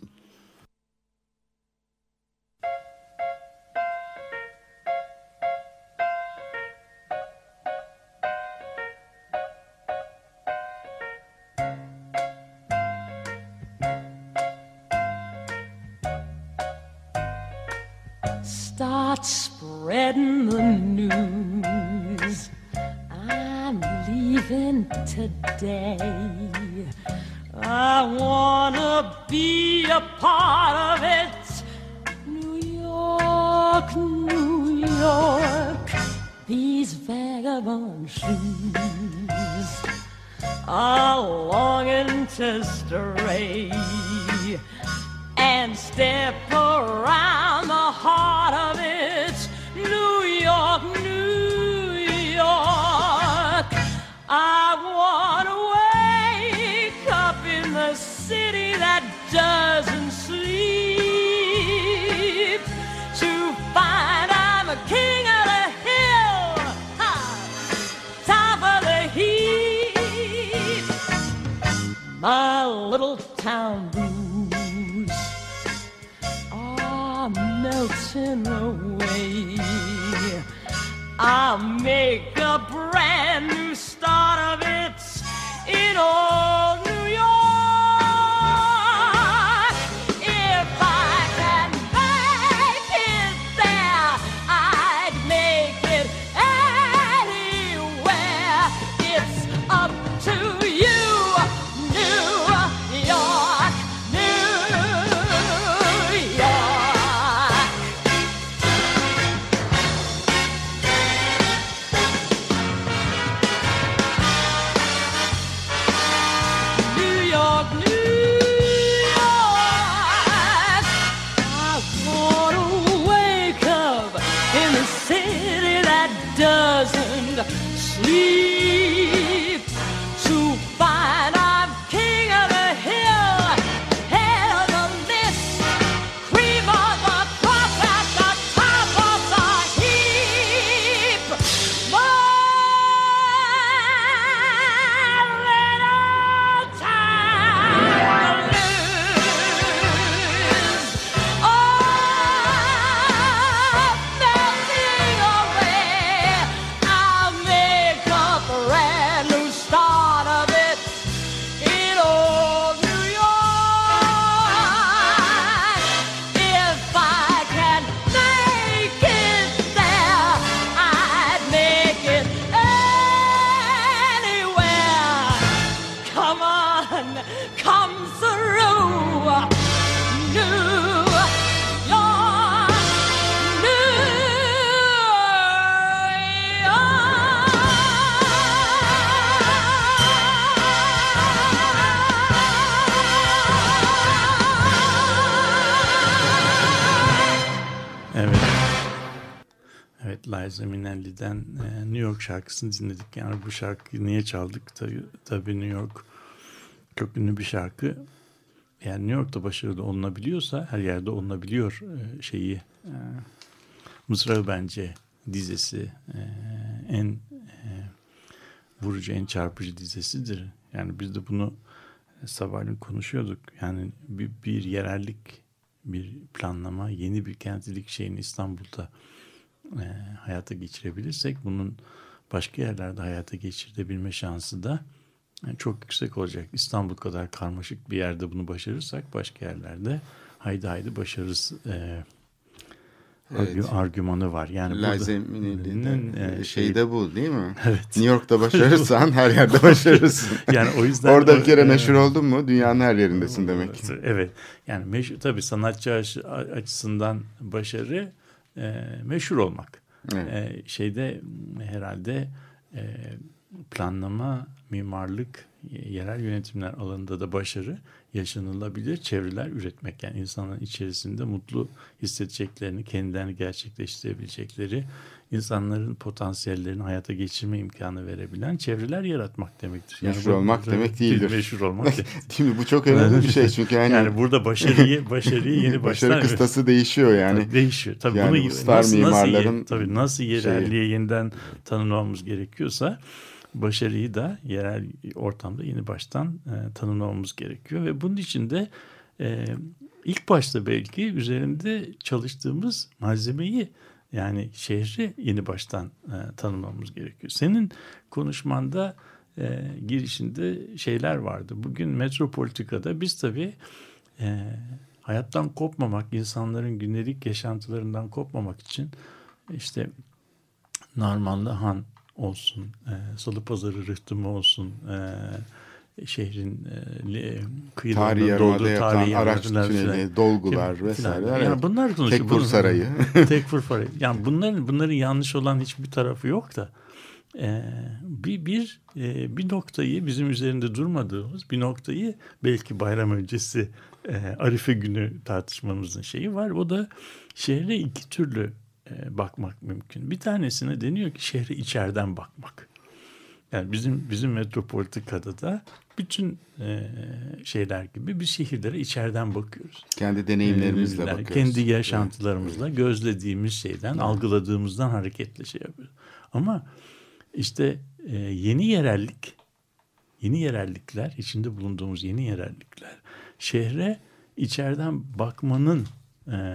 Start spreading the news. I'm leaving today. I wanna be a part of it. New York, New York, these vagabond shoes are longing to stray and step around the heart of it. New York, New York, I wanna wake up in the city that doesn't sleep, to find I'm a king of the hill, ha, top of the heap. My little town blues are melting away. I'll make a brand new start of it in old New York. If I can make it there, I'd make it anywhere. It's up to you.
Liza Minnelli'den e, New York şarkısını dinledik. Yani bu şarkıyı niye çaldık? Tabii, tabii New York çok ünlü bir şarkı. Yani New York'ta başarılı olunabiliyorsa her yerde olunabiliyor e, şeyi. E, Mısrağı bence dizesi e, en e, vurucu, en çarpıcı dizesidir. Yani biz de bunu sabahleyin konuşuyorduk. Yani bir, bir yerellik, bir planlama, yeni bir kentlilik şeyini İstanbul'da e, hayata geçirebilirsek bunun başka yerlerde hayata geçirebilme şansı da e, çok yüksek olacak. İstanbul kadar karmaşık bir yerde bunu başarırsak başka yerlerde haydi haydi başarırız e,
Evet.
argü, argümanı var. Yani
Liza
burada,
Minnelli'nin
e,
şey de bu değil mi?
Evet.
New York'ta başarırsan her yerde başarırsın.
Yani o yüzden
Orada bir
o-
kere
e,
meşhur oldun mu dünyanın her yerindesin demek.
Evet. Yani meşhur, tabii sanatçı aş- açısından başarı e, meşhur olmak.
Evet.
E, şeyde herhalde e, planlama, mimarlık, yerel yönetimler alanında da başarı yaşanılabilir çevreler üretmek. Yani insanların içerisinde mutlu hissedeceklerini, kendilerini gerçekleştirebilecekleri, insanların potansiyellerini hayata geçirme imkanı verebilen çevreler yaratmak demektir. Yani
Meşhur
bu-
olmak
bu-
demek değildir.
Meşhur olmak değil.
Değil mi? Bu çok önemli bir şey çünkü yani,
Yani burada başarıyı başarıyı yeni baştan
başarı kıstası değişiyor yani.
Tabii değişiyor. Tabii
Yani
bunu
bu star
nasıl,
mimarların
nasıl, tabii nasıl yerelliğe yeniden tanımlamamız gerekiyorsa başarıyı da yerel ortamda yeni baştan e, tanımlamamız gerekiyor ve bunun için de e, ilk başta belki üzerinde çalıştığımız malzemeyi yani şehri yeni baştan e, tanımlamamız gerekiyor. Senin konuşmanda e, girişinde şeyler vardı. Bugün metropolitikada biz tabii e, hayattan kopmamak, insanların günlük yaşantılarından kopmamak için işte Narmanlı Han olsun, e, Salıpazarı rıhtımı olsun, e, şehrin e, kıyılarında
tarihi
dolduğu
yarımada yapılan
tarihi
araç
yerler
tüneli,
filan.
dolgular
Filan.
vesaireler.
Yani
evet.
bunlar konuşuyor.
Tekfur
Bunu-
Sarayı.
Tekfur Sarayı. Yani bunların bunların yanlış olan hiçbir tarafı yok da e, bir bir e, bir noktayı bizim üzerinde durmadığımız bir noktayı belki bayram öncesi e, Arife günü tartışmamızın şeyi var. O da şehre iki türlü e, bakmak mümkün. Bir tanesine deniyor ki şehre içeriden bakmak. Yani bizim bizim metropolitikada da bütün e, şeyler gibi biz şehirlere içeriden bakıyoruz.
Kendi deneyimlerimizle
Yani
bakıyoruz.
kendi yaşantılarımızla, gözlediğimiz şeyden,
Evet.
algıladığımızdan hareketle şey yapıyoruz. Ama işte e, yeni yerellik, yeni yerellikler, içinde bulunduğumuz yeni yerellikler, şehre içeriden bakmanın, e,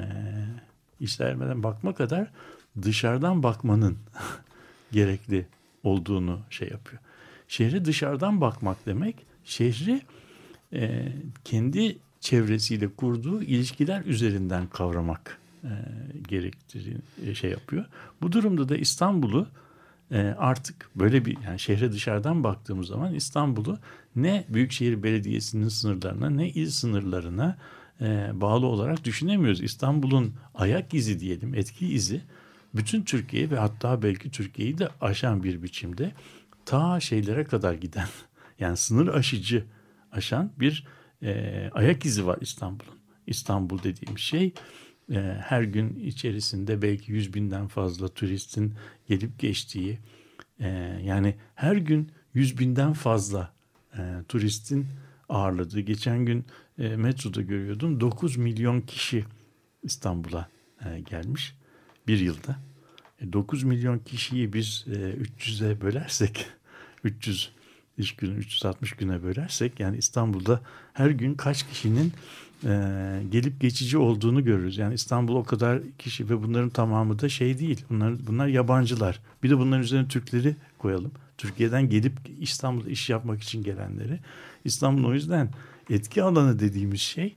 içeriden bakma kadar dışarıdan bakmanın gerekli olduğunu şey yapıyor. Şehre dışarıdan bakmak demek, şehri e, kendi çevresiyle kurduğu ilişkiler üzerinden kavramak e, gerektiğini şey yapıyor. Bu durumda da İstanbul'u e, artık böyle bir yani şehre dışarıdan baktığımız zaman İstanbul'u ne Büyükşehir Belediyesi'nin sınırlarına ne il sınırlarına e, bağlı olarak düşünemiyoruz. İstanbul'un ayak izi diyelim, etki izi bütün Türkiye ve hatta belki Türkiye'yi de aşan bir biçimde ta şeylere kadar giden yani sınır aşıcı aşan bir e, ayak izi var İstanbul'un. İstanbul dediğim şey e, her gün içerisinde belki yüz binden fazla turistin gelip geçtiği e, yani her gün yüz binden fazla e, turistin ağırladığı. Geçen gün e, metroda görüyordum dokuz milyon kişi İstanbul'a e, gelmiş bir yılda. E, dokuz milyon kişiyi biz e, üç yüze bölersek üç yüz iş günü üç yüz altmış güne bölersek yani İstanbul'da her gün kaç kişinin e, gelip geçici olduğunu görürüz. Yani İstanbul o kadar kişi ve bunların tamamı da şey değil. Bunlar, bunlar yabancılar. Bir de bunların üzerine Türkleri koyalım. Türkiye'den gelip İstanbul'da iş yapmak için gelenleri. İstanbul o yüzden etki alanı dediğimiz şey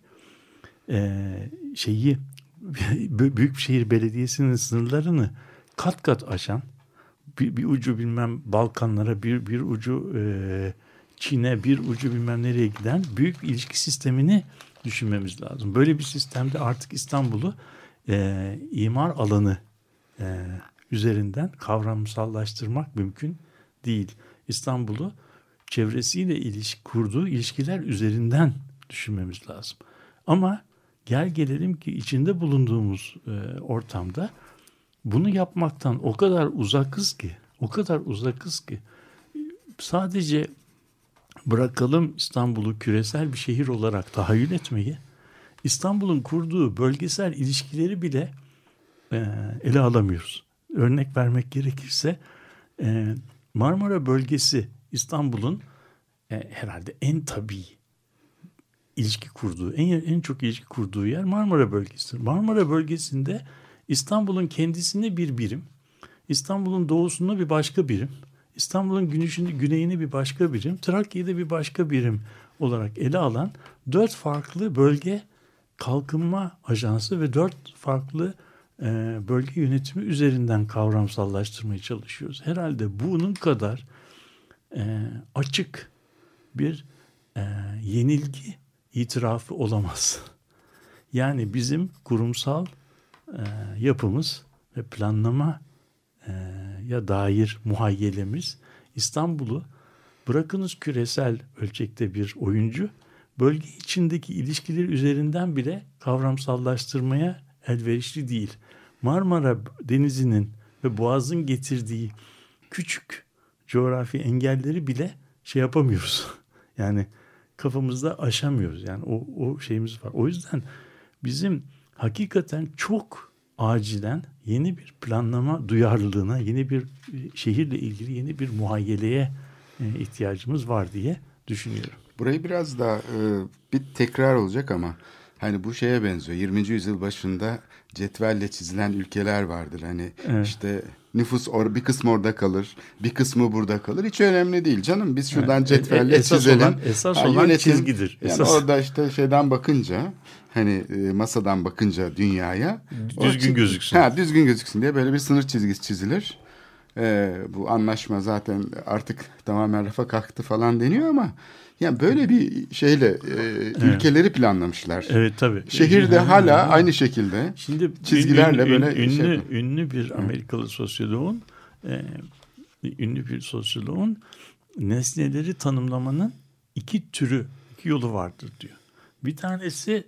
e, şeyi Büyükşehir Belediyesi'nin sınırlarını kat kat aşan bir, bir ucu bilmem Balkanlara bir, bir ucu e, Çin'e bir ucu bilmem nereye giden büyük bir ilişki sistemini düşünmemiz lazım. Böyle bir sistemde artık İstanbul'u e, imar alanı e, üzerinden kavramsallaştırmak mümkün değil. İstanbul'u çevresiyle ilişki, kurduğu ilişkiler üzerinden düşünmemiz lazım. Ama gel gelelim ki içinde bulunduğumuz e, ortamda bunu yapmaktan o kadar uzakız ki, o kadar uzakız ki sadece bırakalım İstanbul'u küresel bir şehir olarak tahayyül etmeyi, İstanbul'un kurduğu bölgesel ilişkileri bile e, ele alamıyoruz. Örnek vermek gerekirse e, Marmara bölgesi İstanbul'un e, herhalde en tabii ilişki kurduğu, en, en çok ilişki kurduğu yer Marmara bölgesidir. Marmara bölgesinde İstanbul'un kendisine bir birim, İstanbul'un doğusunda bir başka birim, İstanbul'un günüşünde, güneyini bir başka birim, Trakya'yı da bir başka birim olarak ele alan dört farklı bölge kalkınma ajansı ve dört farklı e, bölge yönetimi üzerinden kavramsallaştırmaya çalışıyoruz. Herhalde bunun kadar e, açık bir e, yenilgi itirafı olamaz. Yani bizim kurumsal e, yapımız ve planlama e, ya dair muhayyelemiz İstanbul'u bırakınız küresel ölçekte bir oyuncu, bölge içindeki ilişkiler üzerinden bile kavramsallaştırmaya elverişli değil. Marmara Denizi'nin ve Boğaz'ın getirdiği küçük coğrafi engelleri bile şey yapamıyoruz. Yani kafamızda aşamıyoruz. Yani o, o şeyimiz var. O yüzden bizim hakikaten çok acilen yeni bir planlama duyarlılığına, yeni bir şehirle ilgili yeni bir muhayyeleye ihtiyacımız var diye düşünüyorum.
Burayı biraz daha e, bir tekrar olacak ama hani bu şeye benziyor. yirminci yüzyıl başında cetvelle çizilen ülkeler vardır. Hani evet. işte nüfus or, bir kısmı orada kalır, bir kısmı burada kalır. Hiç önemli değil canım. Biz şuradan evet. cetvelle e, esas çizelim.
Olan, esas ha, olan yönetim, çizgidir.
Yani
esas.
Orada işte şeyden bakınca, hani e, masadan bakınca dünyaya
düzgün gözüksün.
Ha, düzgün gözüksün diye böyle bir sınır çizgisi çizilir. Ee, bu anlaşma zaten artık tamamen rafa kalktı falan deniyor ama yani böyle bir şeyle e, evet. ülkeleri planlamışlar.
Evet tabii.
Şehirde hala evet. aynı şekilde şimdi çizgilerle
ün,
böyle
ün,
şey
ünlü, ünlü bir Amerikalı sosyoloğun e, ünlü bir sosyoloğun nesneleri tanımlamanın iki türü, iki yolu vardır diyor. Bir tanesi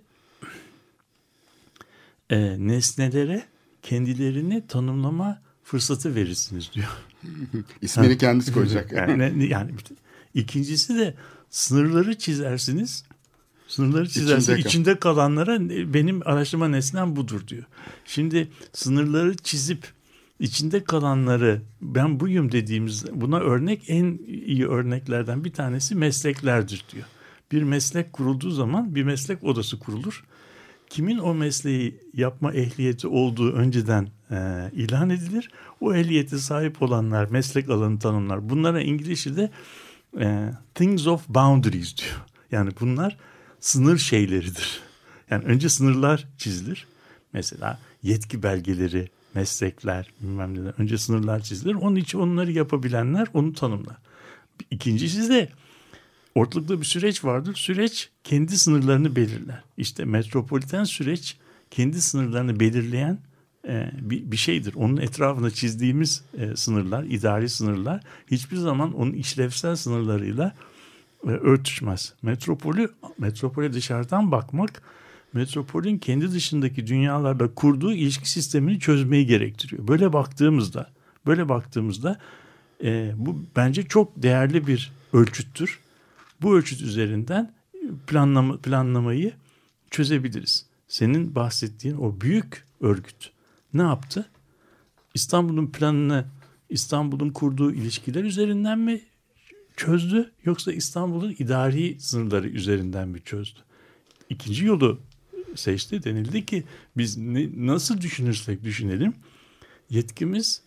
e, nesnelere kendilerini tanımlama fırsatı verirsiniz diyor.
İsmini kendisi koyacak.
yani, yani ikincisi de sınırları çizersiniz. Sınırları çizersiniz. İçinde, içinde kalanlara benim araştırma nesnem budur diyor. Şimdi sınırları çizip içinde kalanları ben buyum dediğimiz buna örnek en iyi örneklerden bir tanesi mesleklerdir diyor. Bir meslek kurulduğu zaman bir meslek odası kurulur. Kimin o mesleği yapma ehliyeti olduğu önceden e, ilan edilir. O ehliyete sahip olanlar meslek alanı tanımlar. Bunlara İngilizce'de e, things of boundaries diyor. Yani bunlar sınır şeyleridir. Yani önce sınırlar çizilir. Mesela yetki belgeleri, meslekler, bilmem neler. Önce sınırlar çizilir. Onun için onları yapabilenler onu tanımlar. İkincisi de ortalıkta bir süreç vardır. Süreç kendi sınırlarını belirler. İşte metropoliten süreç kendi sınırlarını belirleyen e, bir, bir şeydir. Onun etrafında çizdiğimiz e, sınırlar, idari sınırlar hiçbir zaman onun işlevsel sınırlarıyla e, örtüşmez. Metropolü, metropole dışarıdan bakmak, metropolün kendi dışındaki dünyalarla kurduğu ilişki sistemini çözmeyi gerektiriyor. Böyle baktığımızda, böyle baktığımızda e, bu bence çok değerli bir ölçüttür. Bu ölçüt üzerinden planlama, planlamayı çözebiliriz. Senin bahsettiğin o büyük örgüt ne yaptı? İstanbul'un planını, İstanbul'un kurduğu ilişkiler üzerinden mi çözdü? Yoksa İstanbul'un idari sınırları üzerinden mi çözdü? İkinci yolu seçti. Denildi ki biz ne, nasıl düşünürsek düşünelim yetkimiz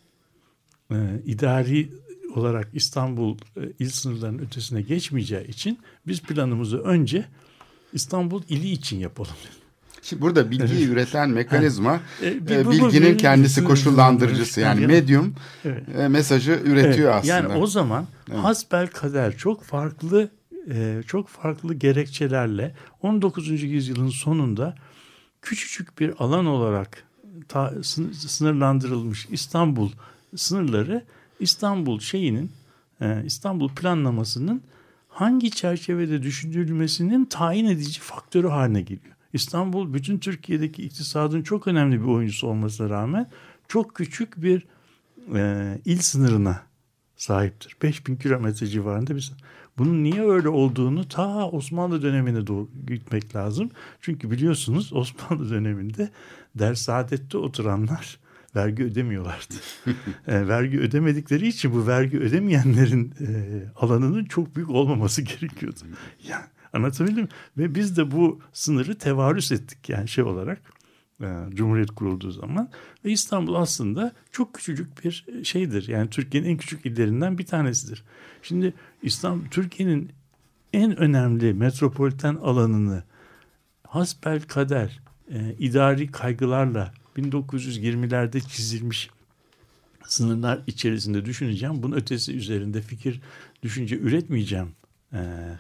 e, idari olarak İstanbul e, il sınırlarının ötesine geçmeyeceği için biz planımızı önce İstanbul ili için yapalım.
Şimdi burada bilgiyi üreten mekanizma e, bilginin kendisi koşullandırıcısı. Yani medyum evet. e, mesajı üretiyor evet. aslında.
Yani o zaman evet. hasbelkader çok farklı e, çok farklı gerekçelerle on dokuzuncu yüzyılın sonunda küçücük bir alan olarak ta, sınırlandırılmış İstanbul sınırları İstanbul şeyinin İstanbul planlamasının hangi çerçevede düşünülmesinin tayin edici faktörü haline geliyor. İstanbul bütün Türkiye'deki iktisadın çok önemli bir oyuncusu olmasına rağmen çok küçük bir e, il sınırına sahiptir. beş bin kilometre civarında bir. Bunun niye öyle olduğunu ta Osmanlı dönemine doğru gitmek lazım. Çünkü biliyorsunuz Osmanlı döneminde Dersaadet'te oturanlar vergi ödemiyorlardı. e, vergi ödemedikleri için bu vergi ödemeyenlerin e, alanının çok büyük olmaması gerekiyordu. Yani anlatabildim mi? Ve biz de bu sınırı tevarüs ettik yani şey olarak. E, Cumhuriyet kurulduğu zaman. Ve İstanbul aslında çok küçücük bir şeydir. Yani Türkiye'nin en küçük illerinden bir tanesidir. Şimdi İstanbul, Türkiye'nin en önemli metropoliten alanını hasbelkader e, idari kaygılarla bin dokuz yüz yirmilerde çizilmiş sınırlar içerisinde düşüneceğim. Bunun ötesi üzerinde fikir, düşünce üretmeyeceğim. E,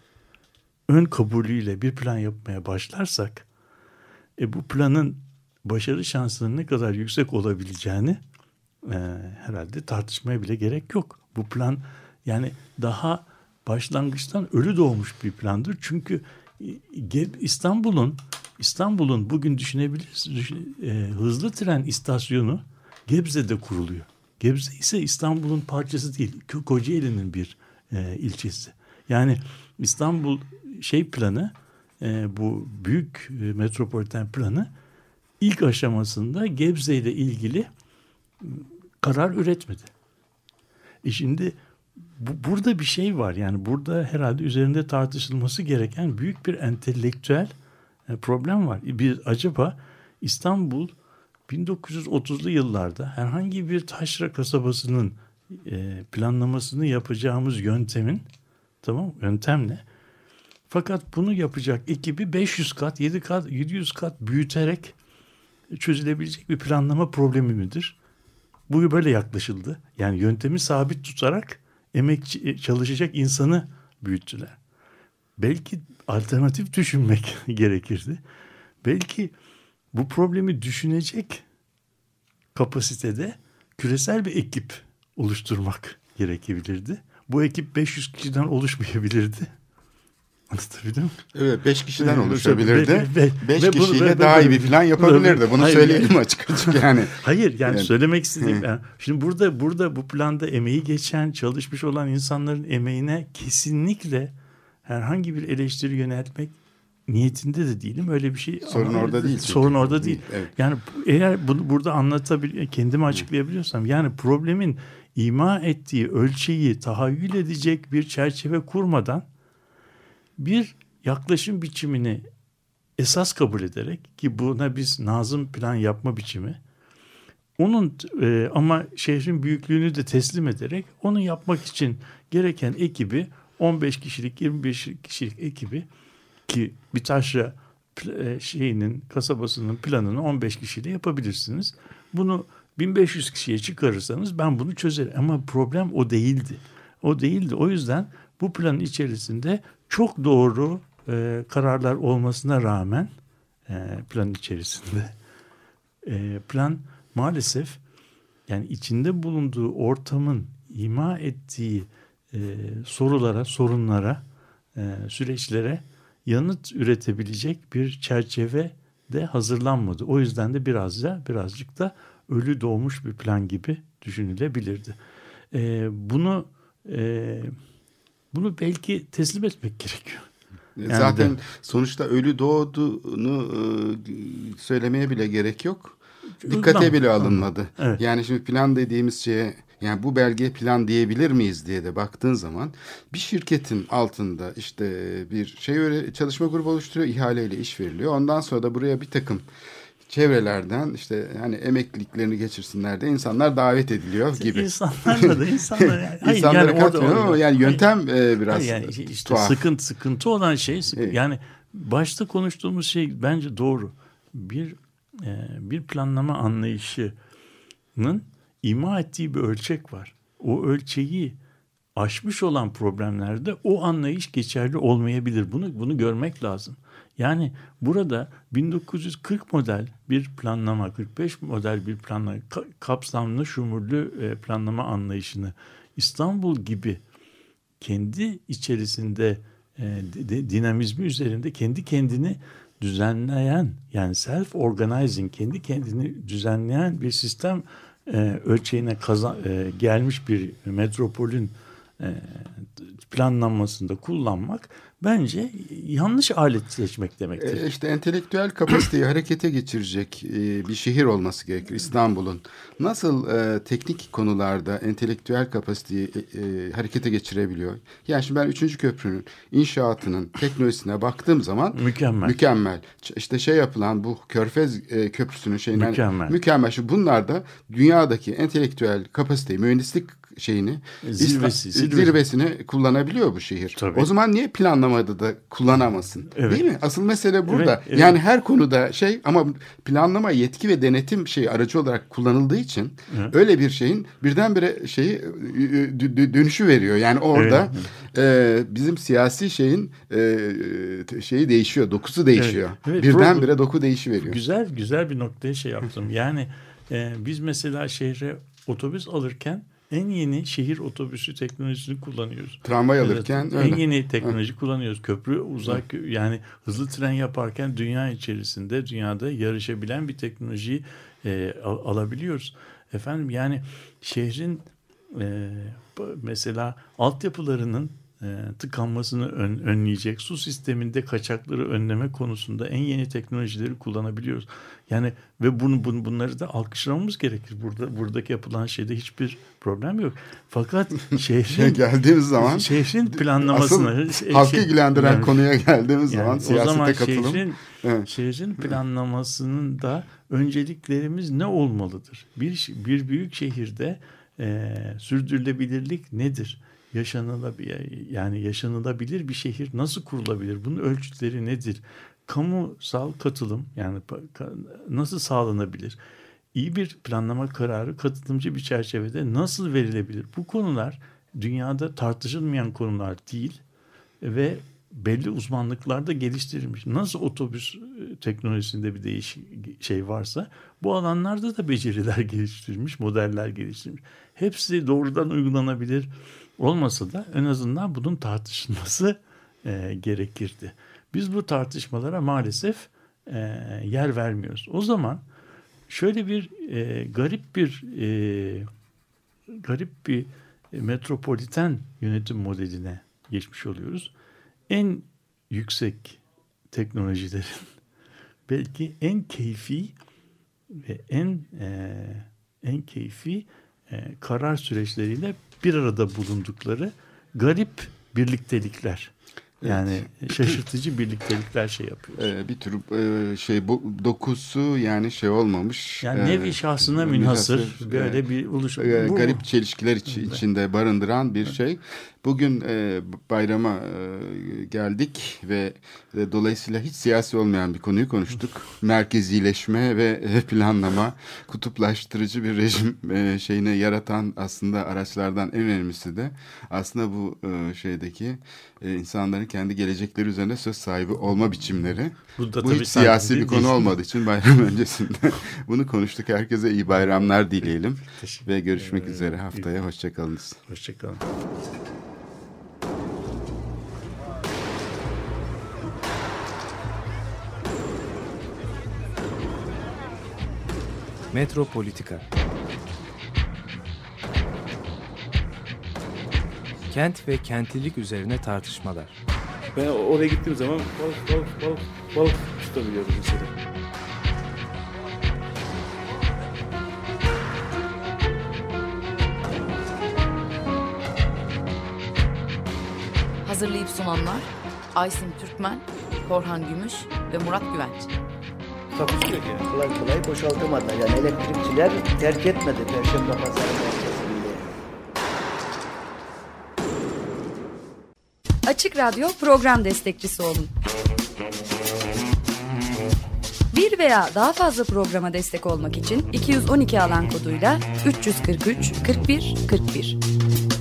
ön kabulüyle bir plan yapmaya başlarsak e, bu planın başarı şansının ne kadar yüksek olabileceğini e, herhalde tartışmaya bile gerek yok. Bu plan yani daha başlangıçtan ölü doğmuş bir plandır. Çünkü İstanbul'un İstanbul'un bugün düşünebiliriz düşün, e, hızlı tren istasyonu Gebze'de kuruluyor. Gebze ise İstanbul'un parçası değil, Kocaeli'nin bir e, ilçesi. Yani İstanbul şey planı, e, bu büyük e, metropoliten planı ilk aşamasında Gebze ile ilgili karar üretmedi. E şimdi bu, burada bir şey var. Yani burada herhalde üzerinde tartışılması gereken büyük bir entelektüel e, problem var. Bir acaba İstanbul bin dokuz yüz otuzlu yıllarda herhangi bir taşra kasabasının e, planlamasını yapacağımız yöntemin tamam yöntemle fakat bunu yapacak ekibi beş yüz kat, yedi kat, yedi yüz kat büyüterek çözülebilecek bir planlama problemi midir? Bu böyle yaklaşıldı. Yani yöntemi sabit tutarak emekçi çalışacak insanı büyüttüler. Belki alternatif düşünmek gerekirdi. Belki bu problemi düşünecek kapasitede küresel bir ekip oluşturmak gerekebilirdi. Bu ekip beş yüz kişiden oluşmayabilirdi. Anlatabildim mi?
Evet, beş kişiden oluşabilirdi.
Be, be,
beş
be,
kişiyle
be, be,
daha
be,
iyi bir plan yapabilirdi. Bunu
hayır,
söyleyelim açık açık yani.
Hayır yani,
yani
söylemek istediğim yani, şimdi burada burada bu planda emeği geçen, çalışmış olan insanların emeğine kesinlikle herhangi bir eleştiri yöneltmek niyetinde de değilim. Öyle bir şey.
Sorun
ama
orada değil.
Sorun orada değil.
Evet.
Yani eğer bunu burada anlatabilir, kendimi açıklayabiliyorsam yani problemin ima ettiği ölçeği tahayyül edecek bir çerçeve kurmadan bir yaklaşım biçimini esas kabul ederek ki buna biz nazım plan yapma biçimi onun e, ama şehrin büyüklüğünü de teslim ederek onu yapmak için gereken ekibi on beş kişilik yirmi beş kişilik ekibi ki bir taşra e, şeyinin kasabasının planını on beş kişiyle yapabilirsiniz. Bunu bin beş yüz kişiye çıkarırsanız ben bunu çözerim ama problem o değildi. O değildi. O yüzden bu planın içerisinde çok doğru e, kararlar olmasına rağmen e, planın içerisinde e, plan maalesef yani içinde bulunduğu ortamın ima ettiği e, sorulara, sorunlara, e, süreçlere yanıt üretebilecek bir çerçeve de hazırlanmadı. O yüzden de biraz da birazcık da ölü doğmuş bir plan gibi düşünülebilirdi. E, bunu e, bunu belki teslim etmek gerekiyor.
Yani zaten de, sonuçta ölü doğduğunu e, söylemeye bile gerek yok. Dikkate bile alınmadı. Evet. Yani şimdi plan dediğimiz şeye yani bu belge plan diyebilir miyiz diye de baktığın zaman bir şirketin altında işte bir şey öyle çalışma grubu oluşturuyor, ihaleyle iş veriliyor. Ondan sonra da buraya bir takım çevrelerden işte hani emekliliklerini geçirsinler de insanlar davet ediliyor gibi.
İnsanlarla da insanlar yani. Hayır,
İnsanlara
yani
katmıyor ama yani yöntem
hayır,
biraz
hayır, yani işte
tuhaf.
Sıkıntı, sıkıntı olan şey sıkıntı.
Evet.
Yani başta konuştuğumuz şey bence doğru. Bir e, bir planlama anlayışının ima ettiği bir ölçek var. O ölçeği aşmış olan problemlerde o anlayış geçerli olmayabilir. Bunu bunu görmek lazım. Yani burada bin dokuz yüz kırk model bir planlama, kırk beş model bir planlama, kapsamlı, şumurlu planlama anlayışını İstanbul gibi kendi içerisinde dinamizmi üzerinde kendi kendini düzenleyen yani self-organizing, kendi kendini düzenleyen bir sistem e, ölçeğine kazan, e, gelmiş bir metropolün e, planlanmasında kullanmak bence yanlış alet seçmek demektir.
E işte entelektüel kapasiteyi harekete geçirecek e, bir şehir olması gerekir İstanbul'un. Nasıl e, teknik konularda entelektüel kapasiteyi e, e, harekete geçirebiliyor? Yani şimdi ben üçüncü köprünün inşaatının teknolojisine baktığım zaman
mükemmel.
Mükemmel. İşte şey yapılan bu Körfez e, Köprüsü'nün şeyinden
mükemmel.
Mükemmel. Şimdi bunlar da dünyadaki entelektüel kapasiteyi, mühendislik şeyini
zirvesi,
İsta- zirvesi. zirvesini kullanabiliyor bu şehir.
Tabii.
O zaman niye planlamada da kullanamasın?
Evet.
Değil mi? Asıl mesele burada.
Evet, evet.
Yani her konuda şey ama planlama, yetki ve denetim şeyi aracı olarak kullanıldığı için evet. öyle bir şeyin birdenbire şeyi dönüşü veriyor. Yani orada evet. e, bizim siyasi şeyin e, şeyi değişiyor, dokusu değişiyor. Evet. Evet. Birdenbire doku değişiveriyor.
Güzel güzel bir noktaya şey yaptım. Yani e, biz mesela şehre otobüs alırken en yeni şehir otobüsü teknolojisini kullanıyoruz.
Tramvay alırken
evet, en yeni teknoloji evet. kullanıyoruz. Köprü uzak evet. yani hızlı tren yaparken dünya içerisinde dünyada yarışabilen bir teknolojiyi e, al, alabiliyoruz. Efendim yani şehrin e, mesela altyapılarının e, tıkanmasını ön, önleyecek, su sisteminde kaçakları önleme konusunda en yeni teknolojileri kullanabiliyoruz. Yani ve bunu, bunu bunları da alkışlamamız gerekir. Burada buradaki yapılan şeyde hiçbir problem yok. Fakat şehrin
geldiğimiz zaman
şehrin planlamasına
şey, halkı ilgilendiren yani, konuya geldiğimiz yani, zaman siyasete
o zaman
katılım.
Şehrin, evet. şehrin planlamasının da önceliklerimiz ne olmalıdır? Bir bir büyük şehirde e, sürdürülebilirlik nedir? Yaşanılabilir yani yaşanılabilir bir şehir nasıl kurulabilir? Bunun ölçütleri nedir? Kamusal katılım yani nasıl sağlanabilir? İyi bir planlama kararı katılımcı bir çerçevede nasıl verilebilir? Bu konular dünyada tartışılmayan konular değil ve belli uzmanlıklarda geliştirilmiş. Nasıl otobüs teknolojisinde bir değişik şey varsa bu alanlarda da beceriler geliştirilmiş, modeller geliştirilmiş. Hepsi doğrudan uygulanabilir olmasa da en azından bunun tartışılması e, gerekirdi. Biz bu tartışmalara maalesef e, yer vermiyoruz. O zaman şöyle bir e, garip bir e, garip bir e, metropoliten yönetim modeline geçmiş oluyoruz. En yüksek teknolojilerin belki en keyfi ve en e, en keyfi e, karar süreçleriyle bir arada bulundukları garip birliktelikler. Yani evet. şaşırtıcı birliktelikler şey yapıyoruz.
Ee, bir tür e, şey bu dokusu yani şey olmamış.
Yani nevi e, şahsına münhasır, münhasır böyle e, bir oluşum.
E, garip çelişkiler iç, içinde barındıran bir evet. şey. Bugün e, bayrama e, geldik ve e, dolayısıyla hiç siyasi olmayan bir konuyu konuştuk. Merkezileşme ve planlama, kutuplaştırıcı bir rejim e, şeyini yaratan aslında araçlardan en önemlisi de aslında bu e, şeydeki e, insanların kendi gelecekleri üzerine söz sahibi olma biçimleri. Bu, bu hiç siyasi bir konu olmadığı için bayram öncesinde bunu konuştuk. Herkese iyi bayramlar dileyelim ve görüşmek üzere haftaya. Hoşçakalınız.
Hoşçakalın.
Metropolitika. Kent ve kentlilik üzerine tartışmalar.
Ben oraya gittiğim zaman balık balık balık balık tutabiliyorum mesela.
Hazırlayıp sunanlar Aysin Türkmen, Korhan Gümüş ve Murat Güvenç.
Takusuyor ki.
Kolay kolay boşaltamadılar. Yani elektrikçiler terk etmedi Perşembe Pazarı merkezinde.
Açık Radyo program destekçisi olun. Bir veya daha fazla programa destek olmak için iki yüz on iki alan koduyla üç yüz kırk üç kırk bir kırk bir.